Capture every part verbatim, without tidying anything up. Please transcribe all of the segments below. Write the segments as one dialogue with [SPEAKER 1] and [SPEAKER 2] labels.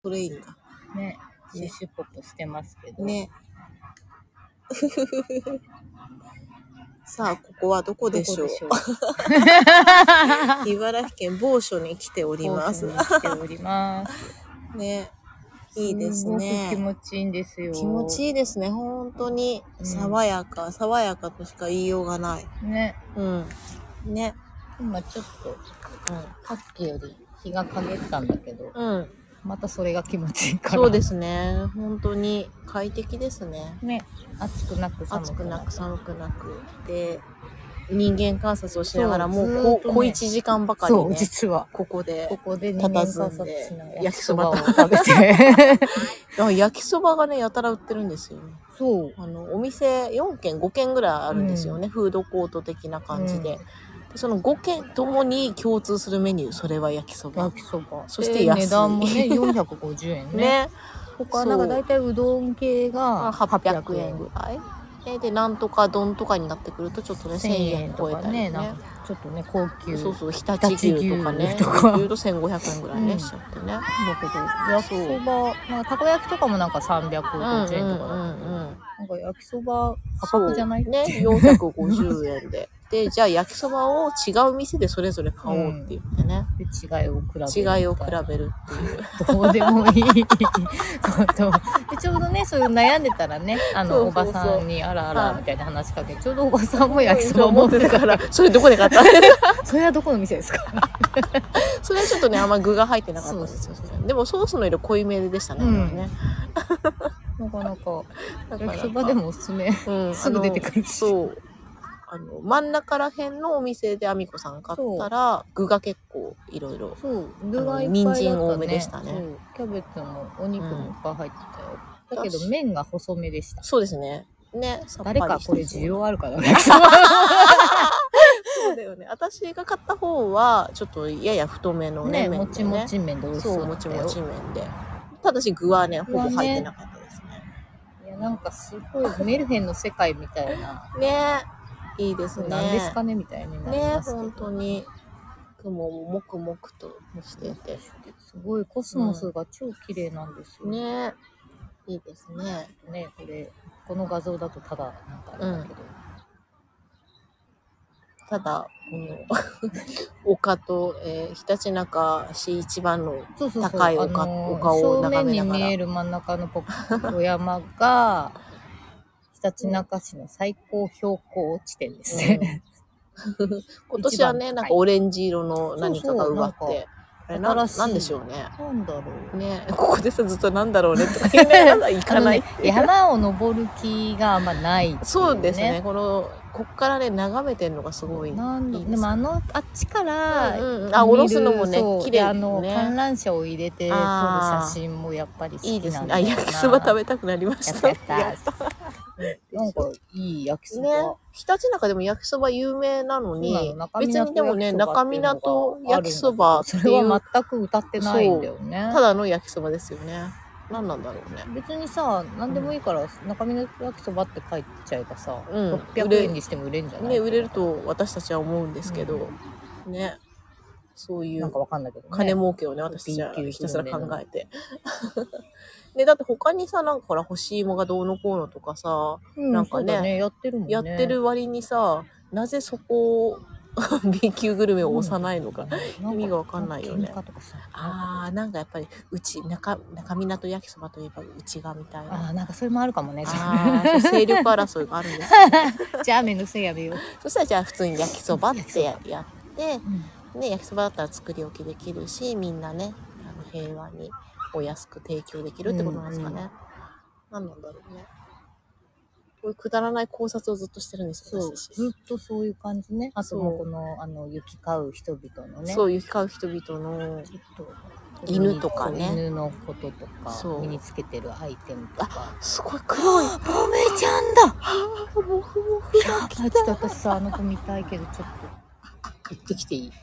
[SPEAKER 1] それいいんだ。
[SPEAKER 2] ね、シュシュポポしてますけど。
[SPEAKER 1] ね。さあ、ここはどこでしょう。
[SPEAKER 2] どこでしょう
[SPEAKER 1] 茨城県某所に来ております。
[SPEAKER 2] 某所に来ております。
[SPEAKER 1] ね。いいですね。
[SPEAKER 2] すごく気持ちいいんですよ。
[SPEAKER 1] 気持ちいいですね。本当に爽やか、うん、爽やかとしか言いようがない。
[SPEAKER 2] ね。
[SPEAKER 1] うん。ね。
[SPEAKER 2] 今ちょっと、うん、さっきより日が陰ったんだけど、
[SPEAKER 1] うん。
[SPEAKER 2] またそれが気持ちいいから。
[SPEAKER 1] そうですね。本当に快適ですね。
[SPEAKER 2] ね。暑くなく寒くなく。
[SPEAKER 1] 暑くなく寒くなく。で、人間観察をしながらもうこう、小一時間ばかりね。
[SPEAKER 2] そう、実は。
[SPEAKER 1] ここで、
[SPEAKER 2] ここで人間観察しながら
[SPEAKER 1] 焼きそばを
[SPEAKER 2] 食べて。
[SPEAKER 1] 焼きそばがね、やたら売ってるんですよね。
[SPEAKER 2] そう。
[SPEAKER 1] あの、お店よんけん、ごけんぐらいあるんですよね。うん、フードコート的な感じで。うん、そのごけんともに共通するメニュー、それは焼きそば。
[SPEAKER 2] 焼きそば。
[SPEAKER 1] そして安い。
[SPEAKER 2] 値段もね、よんひゃくごじゅうえんね。
[SPEAKER 1] ね。
[SPEAKER 2] 他はなんか大体うどん系が
[SPEAKER 1] はっぴゃくえんぐらい。で、なんとか丼とかになってくるとちょっとね、せんえん超えたりね。
[SPEAKER 2] なんかちょっとね、高級。
[SPEAKER 1] そうそう、常陸牛とかね。とか言うとせんごひゃくえんぐらいね、うん、しちゃってね。だ
[SPEAKER 2] けど、焼きそば、なんかたこ焼きとかもなんかさんびゃくごじゅうえんとかだけど、なんか焼きそば価格じゃない
[SPEAKER 1] ね、よんひゃくごじゅうえんで。で、じゃあ焼きそばを違う店でそれぞれ買おうって言ってね。
[SPEAKER 2] うん、で違いを比べ
[SPEAKER 1] る。違いを比べるっていう。
[SPEAKER 2] どうでもいいことで。ちょうどね、そういう悩んでたらね、あの、そうそうそうおばさんにあらあらみたいな話しかけ、ちょうどおばさんも焼きそば持ってたから、
[SPEAKER 1] それどこで買ったんですか
[SPEAKER 2] それはどこの店ですか
[SPEAKER 1] それはちょっとね、あんま具が入ってなかったんですよ。そうそうでもソースの色濃いめでしたね。うん、ね
[SPEAKER 2] なかなか、焼きそばでもおすすめ。うん、すぐ出てくるし。
[SPEAKER 1] そう。あの、真ん中ら辺のお店であみこさん買ったら、具が結構いろいろ。
[SPEAKER 2] そう、具がいっぱいだったね。
[SPEAKER 1] 人参多めでしたね。
[SPEAKER 2] キャベツもお肉もいっぱい入ってたよ。うん、だけど麺が細めでした。
[SPEAKER 1] そうですね。ね、
[SPEAKER 2] 誰かこれ需要あるかな焼きそば。
[SPEAKER 1] そうだよね。私が買った方は、ちょっとやや太めのね、
[SPEAKER 2] ね、もちもち麺で美味しそう。
[SPEAKER 1] そう、もちもち麺で。ただし具はね、ほぼ入ってなかったですね。
[SPEAKER 2] いや、なんかすごいメルヘンの世界みたいな。
[SPEAKER 1] ね、いいですね。
[SPEAKER 2] 何ですかねみたいになりますけど。
[SPEAKER 1] ね、本当に。雲ももくもくとしてて。
[SPEAKER 2] すごいコスモスが超綺麗なんですよ。
[SPEAKER 1] うん、ね、いいですね。
[SPEAKER 2] ね、これ、この画像だとただ、なんかあれだけど。うん、
[SPEAKER 1] ただ、この丘と、えー、ひたちなか市一番の高い丘、
[SPEAKER 2] そうそうそう、あのー、
[SPEAKER 1] 丘を眺めながら。
[SPEAKER 2] 正面に見える真ん中のお山が、ひたちなか市の最高標高地点ですね。
[SPEAKER 1] うん、今年はね、なんかオレンジ色の何かが植わって。そうそうあれな、なんでしょうね。
[SPEAKER 2] なんだろう。
[SPEAKER 1] ね、ここでさ、ずっとなんだろうねとか言いながら行かない、
[SPEAKER 2] ね。山を登る気があんまない、ね。
[SPEAKER 1] そうですね。この、こっからね、眺めてるのがすごいいいです。
[SPEAKER 2] でもあの、あっちから、
[SPEAKER 1] うんうん、あ、下ろすのもね、綺麗、ね。
[SPEAKER 2] あの、観覧車を入れて撮る写真もやっぱり好きなんだよな。
[SPEAKER 1] いいですね。あ、焼きそば食べたくなりました。
[SPEAKER 2] やったやったなんかいい焼きそば。
[SPEAKER 1] ね、ひたちなかでも焼きそば有名なのに、別にでもね、中港焼きそばっていう。
[SPEAKER 2] それは全く歌ってないんだよね。
[SPEAKER 1] ただの焼きそばですよね。何なんだろうね。
[SPEAKER 2] 別にさ、何でもいいから、うん、中港焼きそばって書いちゃえばさ、うん、ろっぴゃくえんにしても売れんじゃない
[SPEAKER 1] ね、売れると私たちは思うんですけど、うん、ね。そういう、
[SPEAKER 2] なんかわかんないけど、ね、
[SPEAKER 1] 金儲けをね、私たちはひたすら考えて。ね、だって他にさ、なんかほら、干し芋がどうのこうのとかさ、うん、なんか ね,
[SPEAKER 2] ね、やってるもんね。
[SPEAKER 1] やってる割にさ、なぜそこをB 級グルメを押さないのか、うん、意味がわかんないよね。ああ、なんかやっぱりうち中中港焼きそばといえばうちがみたいな。
[SPEAKER 2] ああ、なんかそれもあるかもね。
[SPEAKER 1] ああ、勢力争いがあるんです、ね。
[SPEAKER 2] じゃあめんどくせえやめよう。
[SPEAKER 1] そしたらじゃあ普通に焼きそばってやって、うん、ね、焼きそばだったら作り置きできるし、みんなね、あの平和にお安く提供できるってことなんですかね。うんうん、何なんだろうね。こういうくだらない考察をずっとしてるんですよ。
[SPEAKER 2] そう、ずっとそういう感じね。あともこのあの行き交う人々のね。
[SPEAKER 1] そう行き交う人々のちょっと犬とかね。
[SPEAKER 2] 犬のこととか身につけてるアイテムとか。
[SPEAKER 1] あ、すごい黒い。
[SPEAKER 2] ボメちゃんだ。
[SPEAKER 1] モフモフが来た。
[SPEAKER 2] ちょっと私さあの子見たいけどちょっと行ってきていい？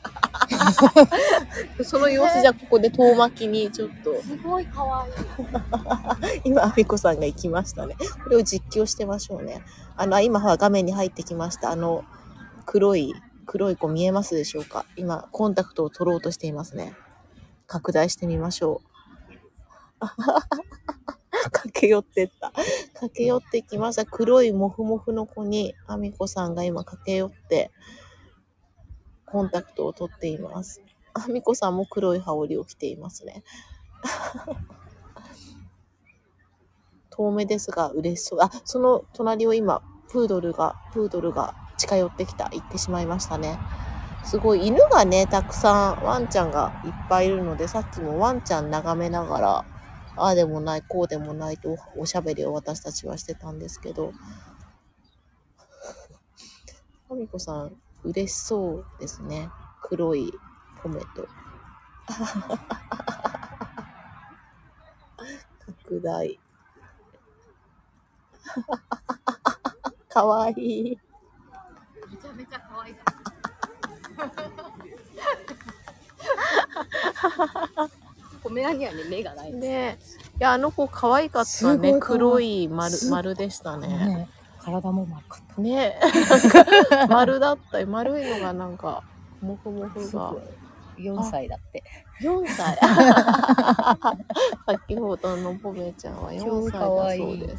[SPEAKER 1] その様子じゃここで遠巻きにちょっと。
[SPEAKER 2] すごい可愛い。
[SPEAKER 1] 今あみこさんが行きましたね。これを実況してましょうね。あの今は画面に入ってきました。あの黒い黒い子見えますでしょうか。今コンタクトを取ろうとしていますね。拡大してみましょ駆け寄ってった。駆け寄ってきました。黒いモフモフの子に、あみこさんが今駆け寄って、コンタクトを取っています。あみこさんも黒い羽織を着ていますね。遠目ですが嬉しそう。あ、その隣を今、プードルが、プードルが近寄ってきた。行ってしまいましたね。すごい、犬がね、たくさん、ワンちゃんがいっぱいいるので、さっきもワンちゃん眺めながら、ああでもない、こうでもないとおしゃべりを私たちはしてたんですけど、あみこさん、嬉しそうですね。黒いポメと。拡大。かわいい。
[SPEAKER 2] めちゃめちゃ可愛い。ポメラニアンに目がない
[SPEAKER 1] ね。いや、あの子可愛かったね。黒い丸、丸でしたね。
[SPEAKER 2] ね、体も丸かった。
[SPEAKER 1] ね。なんか丸だったよ。丸いのがなんか、もふもふが。
[SPEAKER 2] よんさいだって。
[SPEAKER 1] よんさい。さっきほどのポメちゃんはよんさいだそうです。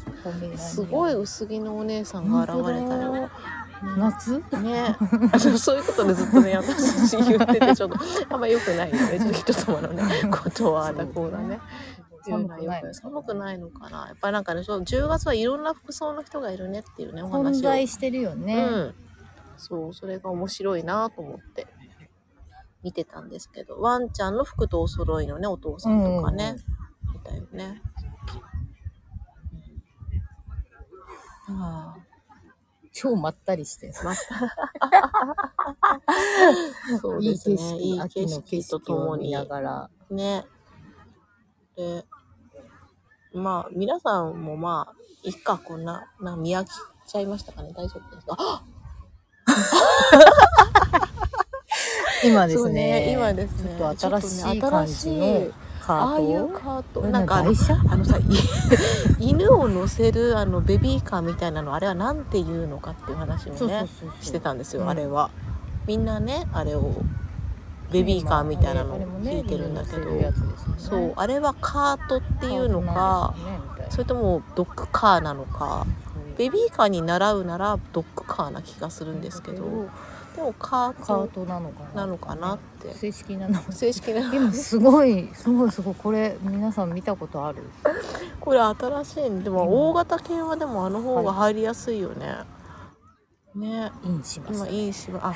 [SPEAKER 1] すごい薄着のお姉さんが現れたよ。
[SPEAKER 2] 夏
[SPEAKER 1] ね。そういうことでずっとね、私言ってて、ちょっとあんま良くないよね。ちょっと人様のね、ことはあだこうだね。
[SPEAKER 2] 寒くない
[SPEAKER 1] 寒くないのかな。やっぱりなんかね、そうじゅうがつはいろんな服装の人がいるねっていうね、お話を。
[SPEAKER 2] 混在してるよね。
[SPEAKER 1] うん。そう、それが面白いなと思って見てたんですけど、ワンちゃんの服とお揃いのね、お父さんとかね、いたよね。うん、ああ。
[SPEAKER 2] 超まったりしてる。
[SPEAKER 1] まそうですね。いい景色とともに。
[SPEAKER 2] 見ながら。
[SPEAKER 1] ね。で、まあ、皆さんもまあ、いっか、こんな、な見飽きちゃいましたかね。大丈夫ですか？
[SPEAKER 2] 今ですね、
[SPEAKER 1] ね今ですね、
[SPEAKER 2] ちょっと新しい感じのカート、
[SPEAKER 1] ああいうカート、
[SPEAKER 2] なんかあのあ
[SPEAKER 1] のさ犬を乗せるあのベビーカーみたいなの、あれはなんていうのかっていう話をね、そうそうそうそうしてたんですよ、うん、あれはみんなね、あれをベビーカーみたいなのを引いてるんだけど、ね、そう、あれはカートっていうのか、ね、それともドッグカーなのか、うん、ベビーカーに習うならドッグカーな気がするんですけど、でもカートなのか な, なのかなって
[SPEAKER 2] 正式な名前
[SPEAKER 1] 正式な
[SPEAKER 2] 今すごいすごいすごいこれ皆さん見たことある？
[SPEAKER 1] これ新しいんでも大型犬はでもあの方が入りやすいよね、はい、ね、
[SPEAKER 2] インします、
[SPEAKER 1] 今インします。あ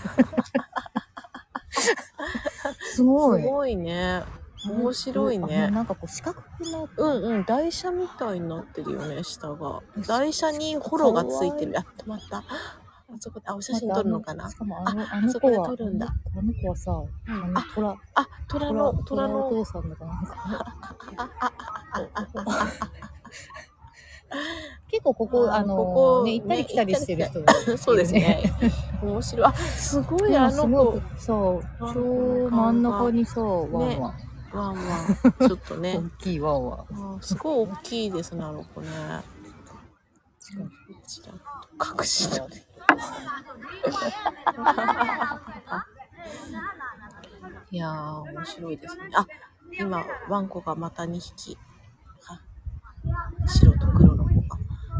[SPEAKER 2] すごい
[SPEAKER 1] すごいね、面白いね。
[SPEAKER 2] なんかこう四角くなって、
[SPEAKER 1] うんうん、台車みたいになってるよね、下が。台車にホロがついてる。あ、止まった。あそこで、あ、お写真撮るのかな。
[SPEAKER 2] しかもあのあの子は
[SPEAKER 1] 撮るんだ。
[SPEAKER 2] あの子はさ、あの虎、
[SPEAKER 1] あ、虎の虎の
[SPEAKER 2] お父さんだからなんか。結構ここあのここ、ね、行ったり来たりしてる人、ね、
[SPEAKER 1] そうですね。面白い。あ、すごいあの子。
[SPEAKER 2] そう、超真ん中にさ、ワンワン。
[SPEAKER 1] ね、ワンワン。ちょっとね。
[SPEAKER 2] 大きいワンワ
[SPEAKER 1] ン。すごい大きいですね、あの子ね。隠しだ。いやー、面白いですね。あ、今、ワンコがまたにひき。白と黒の子が。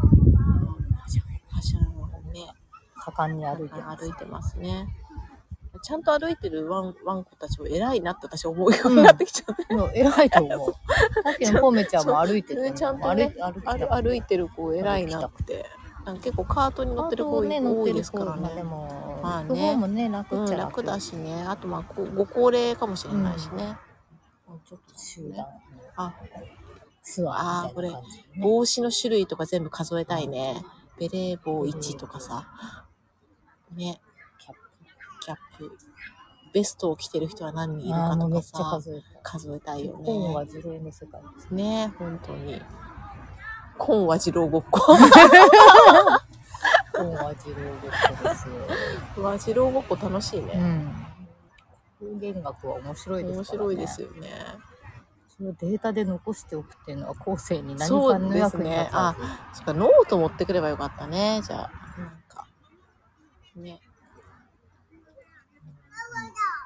[SPEAKER 1] 柱の方ね。
[SPEAKER 2] 果敢に歩いて
[SPEAKER 1] ます。歩いてますね。ちゃんと歩いてるワン、ワンコたちも偉いなって私思うようになってきちゃって。
[SPEAKER 2] うん、偉いと思う。さっきのポメちゃんも歩いてて、
[SPEAKER 1] ちゃんと、ね、歩いて歩いてる子偉いなって。なんか結構カートに乗ってる子多いですからね。
[SPEAKER 2] でも、
[SPEAKER 1] まあね、
[SPEAKER 2] もね楽っちゃ楽、
[SPEAKER 1] うん、楽だしね。あとまあご高齢かもしれないしね。
[SPEAKER 2] うん、ちょっと集団。
[SPEAKER 1] あ、
[SPEAKER 2] ツアーみたいな感じ、ね。あ、
[SPEAKER 1] これ帽子の種類とか全部数えたいね。ベレー帽いちとかさ、ね。キャップ、キャップ。ベストを着てる人は何人いるかとかさ、数えた数えたいよね。
[SPEAKER 2] 本は二郎の世界です
[SPEAKER 1] ね。本当に。本は二郎ごっこ。
[SPEAKER 2] 本は二郎ごっこですよ。
[SPEAKER 1] わ、二郎ごっこ楽しいね。
[SPEAKER 2] うん。方言学は面白いですからね。
[SPEAKER 1] 面白いですよね。
[SPEAKER 2] それをデータで残しておくっていうのは後世に何かの役に立つ。そうですね。
[SPEAKER 1] あ、そっか、ノート持ってくればよかったね。じゃあ、なんかね。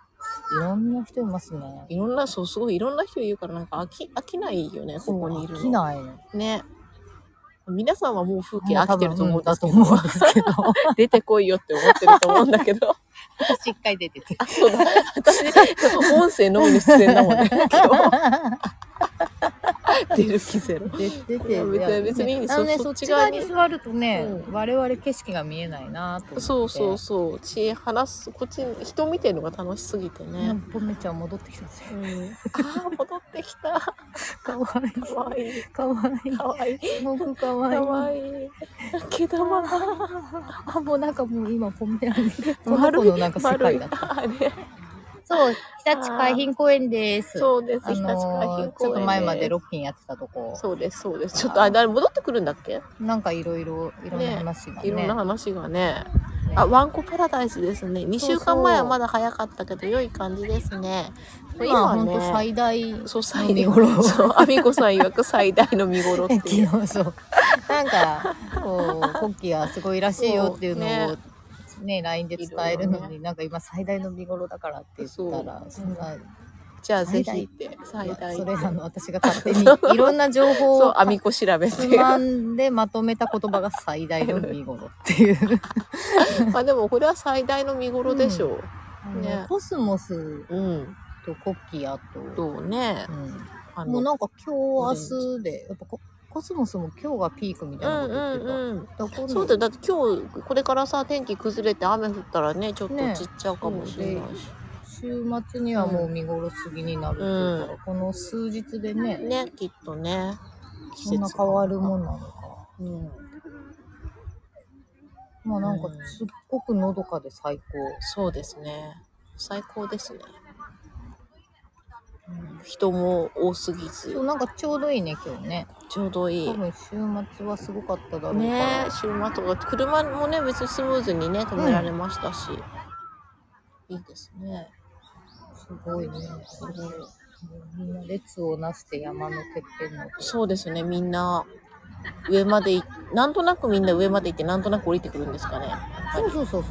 [SPEAKER 2] ろんな人いますね。
[SPEAKER 1] いろんな、そう、すごいいろんな人いるから、なんか飽き、飽きないよね、ここにいるの。
[SPEAKER 2] 飽きないの。
[SPEAKER 1] ね。皆さんはもう風景
[SPEAKER 2] もう多分
[SPEAKER 1] 飽きてると思うんですけど、
[SPEAKER 2] うんだと思うんですけど
[SPEAKER 1] 出てこいよって思ってると思うんだけど。
[SPEAKER 2] 私一回出てて。
[SPEAKER 1] あ、そうだ。私、音声のみの出演だもんね、今日。出る気ゼロ。
[SPEAKER 2] 出てて。
[SPEAKER 1] いや別に別にいいんですよ
[SPEAKER 2] あのね、
[SPEAKER 1] そ
[SPEAKER 2] そっち
[SPEAKER 1] っち側に
[SPEAKER 2] 側に座るとね、
[SPEAKER 1] う
[SPEAKER 2] 我々景色が見えないなと思って。
[SPEAKER 1] そうそうそう。ち話す、こっち、人見てるのが楽しすぎてね。
[SPEAKER 2] ポメちゃん戻ってきたぜ。
[SPEAKER 1] うん、ああ、戻ってきた。
[SPEAKER 2] かわいい。
[SPEAKER 1] かわいい。
[SPEAKER 2] かわいい。
[SPEAKER 1] かわいい。
[SPEAKER 2] すごくかわいい。
[SPEAKER 1] かわいい。毛玉が。
[SPEAKER 2] あ、もうなんかもう今ポメラニ、この子のなんか世界だった。
[SPEAKER 1] あれ。
[SPEAKER 2] そう、日立海浜公園です。
[SPEAKER 1] そうです。
[SPEAKER 2] あ
[SPEAKER 1] 日立海浜公園です。
[SPEAKER 2] のー、ちょっと前までロッキンやってたとこ。
[SPEAKER 1] そうです、そうです。ちょっと、あ、誰戻ってくるんだっけ？
[SPEAKER 2] なんかいろいろ、いろんな話がね。
[SPEAKER 1] いろんな話がね。
[SPEAKER 2] ね
[SPEAKER 1] あ、ワンコパラダイスですね。にしゅうかんまえはまだ早かったけど、良い感じですね。
[SPEAKER 2] 今は本当最大
[SPEAKER 1] そう、
[SPEAKER 2] の見頃。
[SPEAKER 1] そう、アミコさん曰く最大の見頃っていう。
[SPEAKER 2] 昨日そう。なんか、こう、コッキーはすごいらしいよっていうのを、ね、ライン で伝えるのに、ね、なんか今最大の見頃だからって言ったら、そんな、
[SPEAKER 1] じゃあぜひって、最大。
[SPEAKER 2] それあの、私が勝手にいろんな情報を、
[SPEAKER 1] そう、アミコ調べて。
[SPEAKER 2] つまんでまとめた言葉が最大の見頃っていう。
[SPEAKER 1] まあでもこれは最大の見頃でしょう。
[SPEAKER 2] うんね、コスモスとコッキーあと、
[SPEAKER 1] どうね。
[SPEAKER 2] うん、もうなんか今日明日で、やっぱココスモスも今日がピークみたいなこと言ってた。うんうんうん、
[SPEAKER 1] そうだよ。だって今日これからさ天気崩れて雨降ったらねちょっと散っちゃうかもしれないし、ね、
[SPEAKER 2] 週末にはもう見頃過ぎになるっていうから、うん、この数日でね
[SPEAKER 1] ねきっとね
[SPEAKER 2] 季節そんな変わるもんなのか。うん、まあなんかすっごくのどかで最高。
[SPEAKER 1] そうですね。最高ですね。人も多すぎず。
[SPEAKER 2] そう、なんかちょうどいいね、今日ね。
[SPEAKER 1] ちょうどいい。
[SPEAKER 2] 多分週末はすごかっただろうから。
[SPEAKER 1] ねえ、週末は車もね、別にスムーズにね、止められましたし。うん、いいですね。
[SPEAKER 2] すごいね。すごい。みんな列をなして山のてっぺんの。
[SPEAKER 1] そうですね、みんな。上までなんとなくみんな上まで行ってなんとなく降りてくるんですかね。
[SPEAKER 2] そうそうそうそう。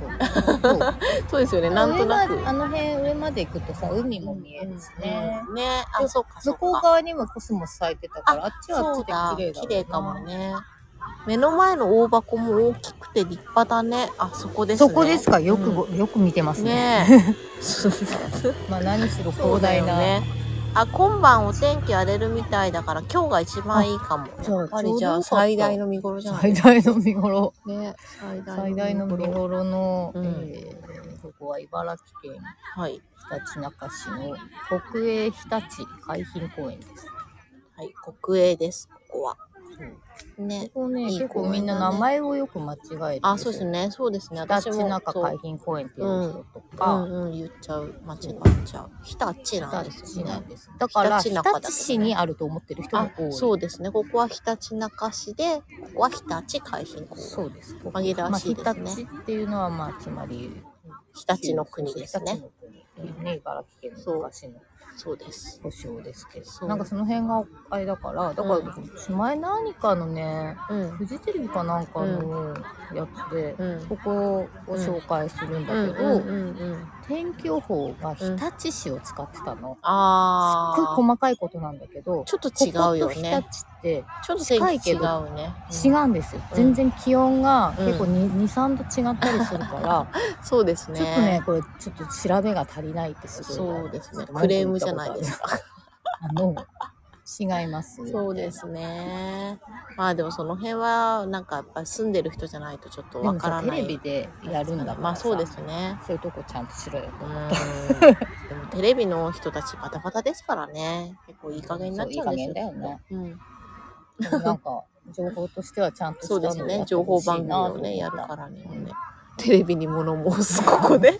[SPEAKER 1] そうそうですよね。なんとなく
[SPEAKER 2] あの辺上まで行くとさ海も見えるしね。
[SPEAKER 1] うん、ね、あ、そうかそうか。
[SPEAKER 2] 向こう側にもコスモス咲いてたから、あっちはあっちで綺麗だ。
[SPEAKER 1] 綺麗かもね。目の前の大箱も大きくて立派だね。あ、そこですね。
[SPEAKER 2] そこですか。よく、うん、よく見てますね。ねまあ何しろ広大な。
[SPEAKER 1] あ、今晩お天気荒れるみたいだから今日が一番いいかも。やっぱりじゃあ最大の見頃じゃない
[SPEAKER 2] 最大の見頃。
[SPEAKER 1] ね、
[SPEAKER 2] 最大の見頃の、うん、えー、ここは茨城県ひたちなか市の国営ひたち海浜公園です。
[SPEAKER 1] はい、国営です。ここは。
[SPEAKER 2] ね、ここね、いい結構みんな名前をよく間違えて、
[SPEAKER 1] あ、そうですね、そうですね。
[SPEAKER 2] ひたちなか海浜公園っていう人とか、
[SPEAKER 1] うん、うんうん、言っちゃう、間違っちゃう。日立なんですよね。
[SPEAKER 2] だから日立市にあると思ってる人も多い。
[SPEAKER 1] そうですね。ここはひたちなか市で、ここは日立海浜公園。
[SPEAKER 2] そうです。
[SPEAKER 1] 紛らわしいですね。
[SPEAKER 2] まあ、日立っていうのはまあつまり
[SPEAKER 1] 日立の国ですね。
[SPEAKER 2] ね、茨城県の昔の。
[SPEAKER 1] そうです。
[SPEAKER 2] 保証ですけど。なんかその辺があれだから、だから、うん、前何かのね、うん、フジテレビかなんかのやつで、うん、ここを紹介するんだけど、天気予報が日立市を使ってたの。うん、あすっごい細かいことなんだけど、
[SPEAKER 1] ちょっと違うよね。
[SPEAKER 2] ここと日立って
[SPEAKER 1] ちょっと近いけど、違うね。
[SPEAKER 2] 違うんですよ。全然気温が結構 に、さんど違ったりするから、
[SPEAKER 1] そうですね。
[SPEAKER 2] ちょっとね、これちょっと調べが足りないってすごい。
[SPEAKER 1] そうですね。クレームじゃないですか。
[SPEAKER 2] あの、違います。
[SPEAKER 1] そうですね。まあでもその辺は、なんかやっぱり住んでる人じゃないとちょっとわからない。
[SPEAKER 2] テレビでやるんだから。
[SPEAKER 1] まあそうですね。
[SPEAKER 2] そういうとこちゃんとしろよ。
[SPEAKER 1] でもテレビの人たちバタバタですからね。結構いい加減になっちゃうんですよ。
[SPEAKER 2] いい加減だよね。うん。でもなんか、情報としてはちゃんとしたのをやってほしいな。そうですね。情報番組をね、やるからね。テレビに物申す、ここで。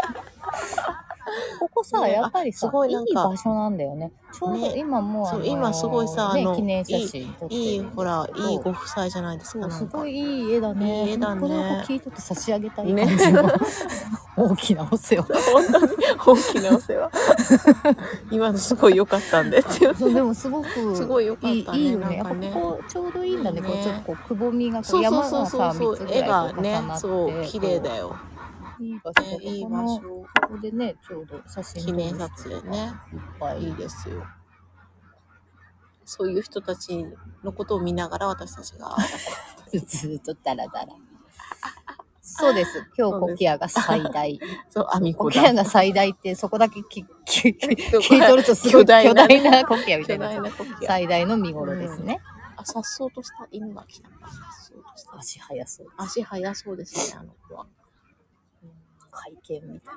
[SPEAKER 2] ここさ、やっぱりさ、いい場所なんだよね。ちょうど今もう、
[SPEAKER 1] そう、今すごいさ、あの、
[SPEAKER 2] 記念写真撮ってる。
[SPEAKER 1] いい、ほら、いいご夫妻じゃないですか。
[SPEAKER 2] すごいいい絵だね。
[SPEAKER 1] いい絵だね。
[SPEAKER 2] これを聞いとって差し上げたい感じの大きなお世話。
[SPEAKER 1] 本当に大きなお世話。今のすごい良かったんで。
[SPEAKER 2] そう、でもすごく
[SPEAKER 1] すごい良かったね。
[SPEAKER 2] いいよね。やっぱここちょうどいいんだね。こうちょっとこうくぼみが、山がさ、三つぐらい重なって。
[SPEAKER 1] 絵がね、そう、綺麗だよ。
[SPEAKER 2] いい場所、
[SPEAKER 1] ね、いい場所。こ
[SPEAKER 2] こでね、ちょうど写真
[SPEAKER 1] 記念撮影ね。いっぱいいいですよ。そういう人たちのことを見ながら私たちが
[SPEAKER 2] ずっとダラダラ。そうです。今日コキアが最大。
[SPEAKER 1] そう、アミコだ。
[SPEAKER 2] コキアが最大ってそこだけ聞き取るとすごい巨大なコキアみたいな。最大の見頃ですね。
[SPEAKER 1] あ、さっそうとした犬が来た。さっそうとした。
[SPEAKER 2] 足速そう。
[SPEAKER 1] 足速そうですね、あの子は。
[SPEAKER 2] 会見みたい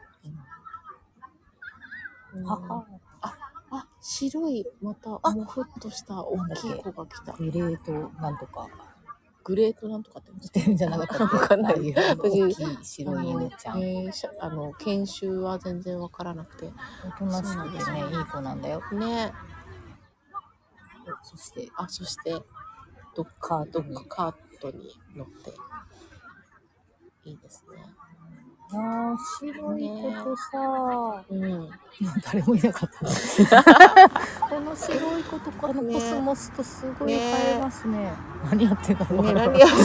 [SPEAKER 2] な。
[SPEAKER 1] うん、あ、あ、白い、また、もふっとした大きい子が来た。
[SPEAKER 2] グレートなんとか。
[SPEAKER 1] グレートなんとかって
[SPEAKER 2] 言ってるんじゃなかった
[SPEAKER 1] わかんない。
[SPEAKER 2] 大きい白い犬ちゃん。
[SPEAKER 1] えー、あの、研修は全然わからなくて。
[SPEAKER 2] おとなしくてね、いい子なんだよ。
[SPEAKER 1] ね。
[SPEAKER 2] そして、
[SPEAKER 1] あ、そして、ドッカー、ドッグカートに乗って。いいですね。
[SPEAKER 2] ああ、白い子とさ、
[SPEAKER 1] うん。
[SPEAKER 2] 誰もいなかった。この白い子とかのコスモスとすごい映えますね。何やってんだろうね。何やってんだろう。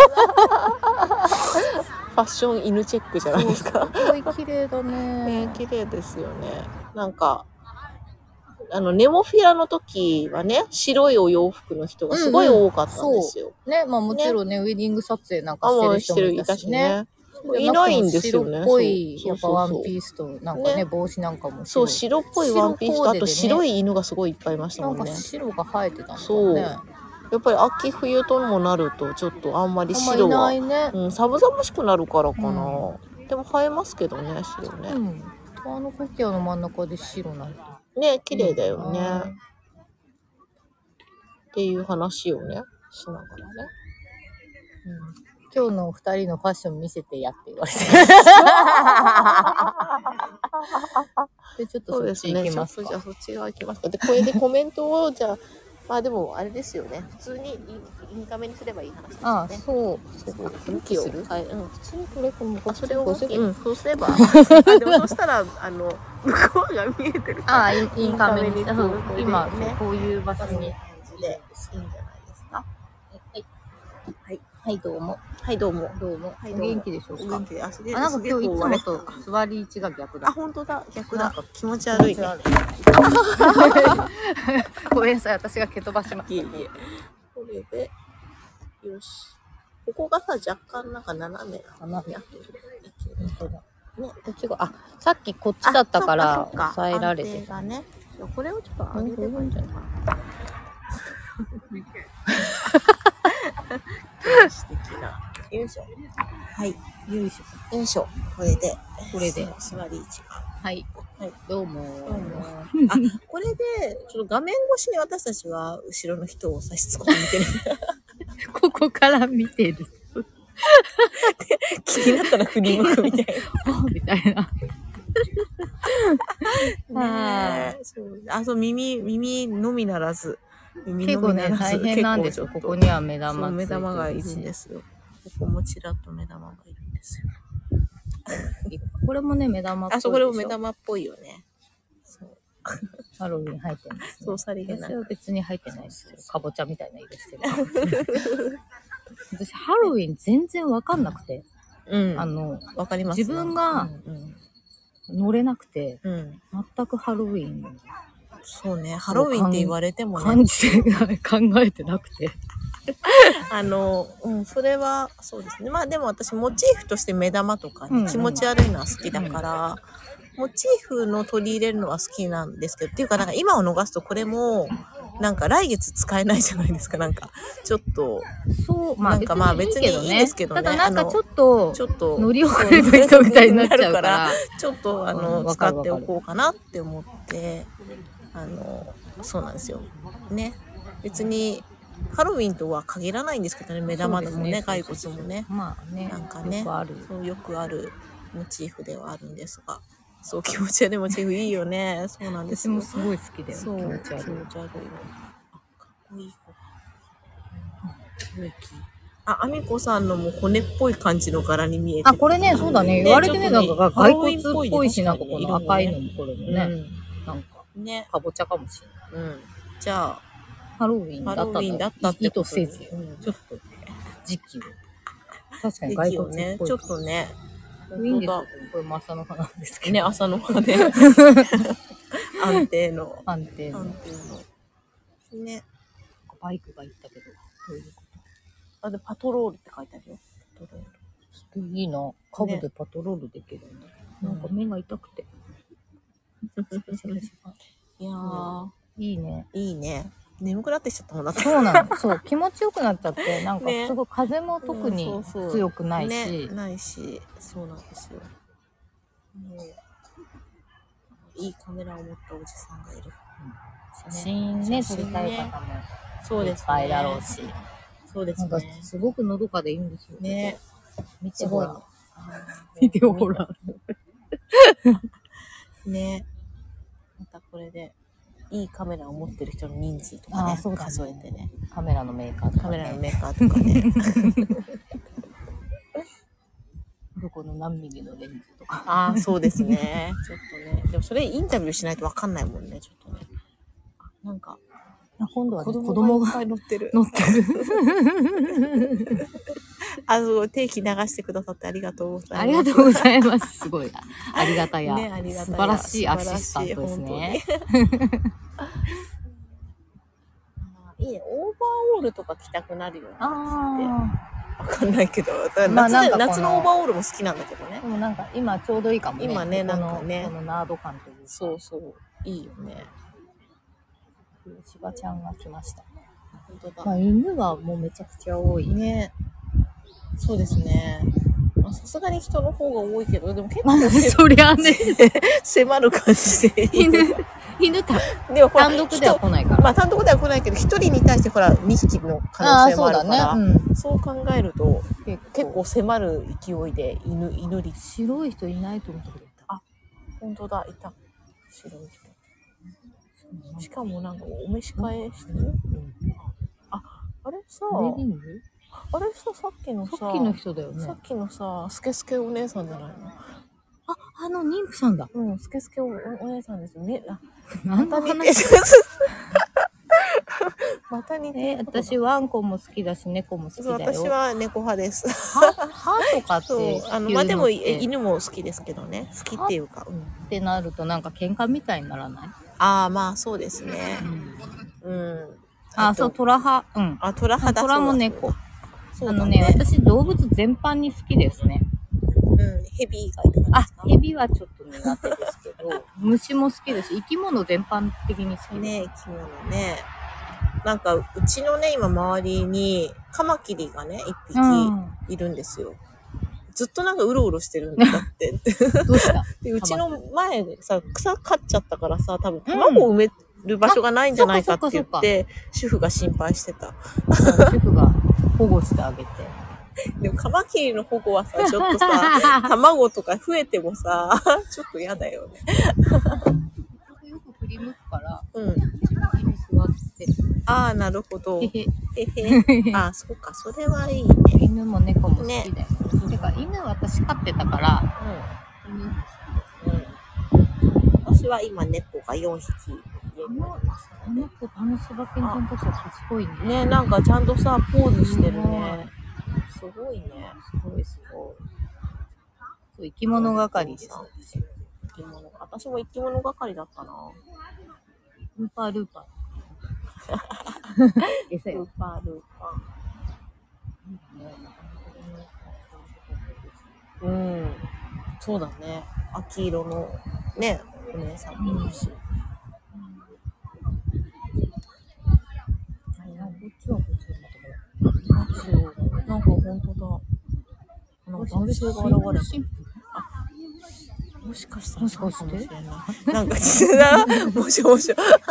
[SPEAKER 1] ファッション犬チェックじゃないですか。
[SPEAKER 2] すごい綺麗だね。
[SPEAKER 1] ね、綺麗ですよね。なんか、あの、ネモフィラの時はね、白いお洋服の人がすごい多かったんですよ。
[SPEAKER 2] うんうん、ね、まあもちろんね、ねウェディング撮影なんかしてる人もいたしね。
[SPEAKER 1] いないんですよね。
[SPEAKER 2] 白っぽいやっぱワンピースとなんかね、ね帽子なんかも白い。
[SPEAKER 1] そう、白っぽいワンピースと、あと白い犬がすごいいっぱいいましたもんね。
[SPEAKER 2] なんか白が生えてたんだね。
[SPEAKER 1] そう。やっぱり秋冬ともなるとちょっとあんまり白は、
[SPEAKER 2] いないね、
[SPEAKER 1] うん、寒々しくなるからかな。うん、でも生えますけどね、白ね。
[SPEAKER 2] うん、あのコキアの真ん中で白なんだ。
[SPEAKER 1] ね、綺麗だよね、うん。っていう話をね、しながらね。
[SPEAKER 2] うん今日のお二人のファッション見せてやって言われてでちょっとそっち行きますか。
[SPEAKER 1] じゃあそっち側行きますか。でこれでコメントをじゃあまあでもあれですよね。普通にインカメにすればいい話ですよね。
[SPEAKER 2] ああそう
[SPEAKER 1] そう向きをする。はい、うん普通にこれこの
[SPEAKER 2] あそれを
[SPEAKER 1] うんそうすればあでもそうしたらあの向こうが見えてるから。
[SPEAKER 2] ああインカメにして今ねこういう場所にでいいんじゃないですか。はいはいはいどうも。
[SPEAKER 1] はいどうも。
[SPEAKER 2] どうも。はい、お元気でしょうか。
[SPEAKER 1] 元気。あ、すげえ。
[SPEAKER 2] あ、なんか今日いつもと座り位置が逆だ。
[SPEAKER 1] あ、本当だ。逆だ。気持ち悪い、ね。
[SPEAKER 2] ごめんなさい、私が蹴飛ばしました。いえいえ。
[SPEAKER 1] これで、よし。ここがさ、若干なんか斜めな。
[SPEAKER 2] 斜め。
[SPEAKER 1] 本
[SPEAKER 2] 当だ。ね、こっちが、あ、さっきこっちだったから抑えられて
[SPEAKER 1] たね。これをちょっと上げればいいんじゃないかな。素敵な。よいしょ。はい。
[SPEAKER 2] よいし
[SPEAKER 1] ょ。よいしょ。これで。
[SPEAKER 2] これで。
[SPEAKER 1] 座り位置が。
[SPEAKER 2] はい。はい。どうも。どうも。
[SPEAKER 1] あ、これで、ちょっと画面越しに私たちは後ろの人を差し支え見てる。
[SPEAKER 2] ここから見てる。
[SPEAKER 1] 気になったら振り向くみたいな。
[SPEAKER 2] みたい
[SPEAKER 1] な。ねえ。そう。あ、そう、耳、耳のみならず。
[SPEAKER 2] 結構ね、大変なんですよ。ここには目玉
[SPEAKER 1] 目玉がいるんですよ。ここもちらっと目玉がいるんですよ。
[SPEAKER 2] これもね、目玉っぽい。
[SPEAKER 1] あ、そう、これも目玉っぽいよね。そう。
[SPEAKER 2] ハロウィン入ってない、ね。
[SPEAKER 1] そう、さりげない。
[SPEAKER 2] 私は別に入ってないですよ。かぼちゃみたいな色してる。私、ハロウィン全然わかんなくて。
[SPEAKER 1] うん。
[SPEAKER 2] あの、
[SPEAKER 1] わかります。
[SPEAKER 2] 自分が乗れなくて、
[SPEAKER 1] うん、
[SPEAKER 2] 全くハロウィン。
[SPEAKER 1] そうね、ハロウィンって言われてもね。
[SPEAKER 2] 感じ性が考えてなくて。
[SPEAKER 1] あの、うん、それは、そうですね。まあでも私、モチーフとして目玉とか、ね、うんうん、気持ち悪いのは好きだから、うん、モチーフの取り入れるのは好きなんですけど、っていうか、なんか今を逃すとこれも、なんか来月使えないじゃないですか、なんか。ちょっと。
[SPEAKER 2] そう、まあ、
[SPEAKER 1] なんかまあ別にいいですけどね。
[SPEAKER 2] ただなんかちょっと、
[SPEAKER 1] ちょっと、
[SPEAKER 2] 乗り遅れた人みたいになっちゃうから、
[SPEAKER 1] ちょっとあの、うん、使っておこうかなって思って、あの、そうなんですよ。ね。別に、ハロウィンとは限らないんですけどね、目玉でもね、骸骨もね。
[SPEAKER 2] まあね、
[SPEAKER 1] なんかね、
[SPEAKER 2] よくある。
[SPEAKER 1] そう、よくあるモチーフではあるんですが。そう、気持ち悪いモチーフいいよね。そうなんですよ。
[SPEAKER 2] 私もすごい好きだよ。
[SPEAKER 1] そう、
[SPEAKER 2] 気持ち悪い。
[SPEAKER 1] 気持ち悪い。あ、かっこいい子。あ、あみこさんのも骨っぽい感じの柄に見えてる。
[SPEAKER 2] あ、これね、そうだね。言われてね、なんか骸骨っぽいし、なんかこの赤いのもこれもね。なんか、ね、かぼちゃかもしれない。
[SPEAKER 1] うん。じゃあ、
[SPEAKER 2] ハロウィンだった
[SPEAKER 1] ハロウィンだったって
[SPEAKER 2] 意図せず、ちょっと時期を。確かに骸骨っぽい。
[SPEAKER 1] ね、ちょっとね。
[SPEAKER 2] いいんですよ。これも朝の葉なんですけど。
[SPEAKER 1] ね、朝の葉で。安定の。
[SPEAKER 2] 安定の。
[SPEAKER 1] 安定の。ね。
[SPEAKER 2] バイクが行ったけど、どういうこと？
[SPEAKER 1] あ、で、パトロールって書いてあるよ。パトロール。
[SPEAKER 2] いいな。カブでパトロールできるんだ。ね、なんか目が痛くて。
[SPEAKER 1] いやー、
[SPEAKER 2] いいね。
[SPEAKER 1] いいね。眠くなってきちゃったもんだって。
[SPEAKER 2] そうなの。そう、気持ちよくなっちゃって、なんかすごい風も特に強くないし。
[SPEAKER 1] ね、そうそうね、ないし、そうなんですよ。もういいカメラを持ったおじさんがいる。
[SPEAKER 2] うん、写真ね、撮りたい方も
[SPEAKER 1] そうですね。いっぱいだろうし。そうですね。
[SPEAKER 2] なんかすごくのどかでいいんですよ
[SPEAKER 1] ね。
[SPEAKER 2] 見てほら。見てほら。
[SPEAKER 1] ね。またこれでいいカメラを持ってる人の人数とかね、そう数えてね。
[SPEAKER 2] カメラのメーカーとかね。
[SPEAKER 1] カメラのメーカーとかね。
[SPEAKER 2] どこの何ミリのレンズとか。
[SPEAKER 1] ああ、そうですね。ちょっとね。でもそれインタビューしないとわかんないもんね、ちょっとね。なんか、
[SPEAKER 2] 今度は、ね、
[SPEAKER 1] 子供がいっぱい乗ってる。
[SPEAKER 2] 乗ってる。
[SPEAKER 1] あの、定期流してくださってありがとうございます。
[SPEAKER 2] ありがとうございます。すごい。ありがたや。
[SPEAKER 1] ね、ありがたや。
[SPEAKER 2] 素晴らしいアシスタントですね。
[SPEAKER 1] いいね。オーバーオールとか着たくなるよね。
[SPEAKER 2] あ
[SPEAKER 1] あ。わかんないけど。夏、
[SPEAKER 2] まあ、
[SPEAKER 1] 夏のオーバーオールも好きなんだけどね。
[SPEAKER 2] でもなんか今ちょうどいいかもね。
[SPEAKER 1] 今ね、なんかね。
[SPEAKER 2] このナード感というか。
[SPEAKER 1] そうそう。いいよね。
[SPEAKER 2] しばちゃんが来ました。
[SPEAKER 1] 本当だ。
[SPEAKER 2] まあ、犬はもうめちゃくちゃ多い。
[SPEAKER 1] ね。そうですね。さすがに人の方が多いけど、でも結構、
[SPEAKER 2] まあ、そりゃね、
[SPEAKER 1] 迫る感じで。
[SPEAKER 2] 犬、犬た、でも単独では来ないから。
[SPEAKER 1] まあ単独では来ないけど、一人に対してほら、にひきの可能性もあるから、そうだね。うん、そう考えると、結構、結構迫る勢いで犬、犬率。
[SPEAKER 2] 白い人いないと思ったけど。
[SPEAKER 1] あ、本当だ、いた。白い人。しかもなんかお召し替えしてる、うん、あ、あれさ、
[SPEAKER 2] ウェディング？
[SPEAKER 1] あれさ、さっきのさ、
[SPEAKER 2] さっきの人だよね。
[SPEAKER 1] さっきのさ、スケスケお姉さんじゃないの？
[SPEAKER 2] あ、あの妊婦さんだ。
[SPEAKER 1] うん、スケスケ お, お姉さんですよね。あ、
[SPEAKER 2] 何の話？
[SPEAKER 1] また似て、
[SPEAKER 2] えー、私ワンコも好きだし猫も好きだよ。
[SPEAKER 1] 私は猫派です。
[SPEAKER 2] は、はとかっていう
[SPEAKER 1] そう、あの、まあ、でも犬も好きですけどね。好きっていうか。
[SPEAKER 2] うん、ってなるとなんか喧嘩みたいにならない？
[SPEAKER 1] ああ、まあそうですね。うん。うん、
[SPEAKER 2] あ、そう、トラ派。うん。
[SPEAKER 1] あ、トラ派だ。
[SPEAKER 2] トラも猫。
[SPEAKER 1] そう
[SPEAKER 2] あのね、私動物全般に好きですね。
[SPEAKER 1] うん、ヘビがいるんですか？
[SPEAKER 2] あ、ヘビはちょっと苦手ですけど、虫も好きだし、生き物全般的に好きです。
[SPEAKER 1] ね、生き物ね。なんか、うちのね、今周りに、カマキリがね、一匹いるんですよ。うん、ずっとなんかうろうろしてるんだって。
[SPEAKER 2] どうした？
[SPEAKER 1] で、うちの前でさ、草刈っちゃったからさ、多分卵を埋める場所がないんじゃないかって言って、うん、主婦が心配してた。
[SPEAKER 2] 主婦が保護してあげて。
[SPEAKER 1] でもカマキリの保護はさ、ちょっとさ、卵とか増えてもさ、ちょっと嫌だよね。
[SPEAKER 2] よく振り向くから、
[SPEAKER 1] うん。
[SPEAKER 2] 座ってる。
[SPEAKER 1] ああ、なるほど。へへ。ああ、そうか、それはいいね。
[SPEAKER 2] 犬も猫も好きだよ。ね、てか、犬私飼ってたから、うん。犬も
[SPEAKER 1] 好きです。うん。私は今猫がよんひき家にありますので。
[SPEAKER 2] あの子、あの柴犬ちゃんたちは賢いね。
[SPEAKER 1] ね、なんかちゃんとさ、ポーズしてるね。すごいね。
[SPEAKER 2] すごいすごい。そう、生き物係です。
[SPEAKER 1] 生き物。私も生き物係だったな。
[SPEAKER 2] ルーパールーパー。餌よ。
[SPEAKER 1] ルーパールーパー。うん。そうだね。秋色のね、お姉さんもいるし。なんか本当だ。なんか男性が現れた。もしかしたらそうかもしれない。なんか実はもしもし。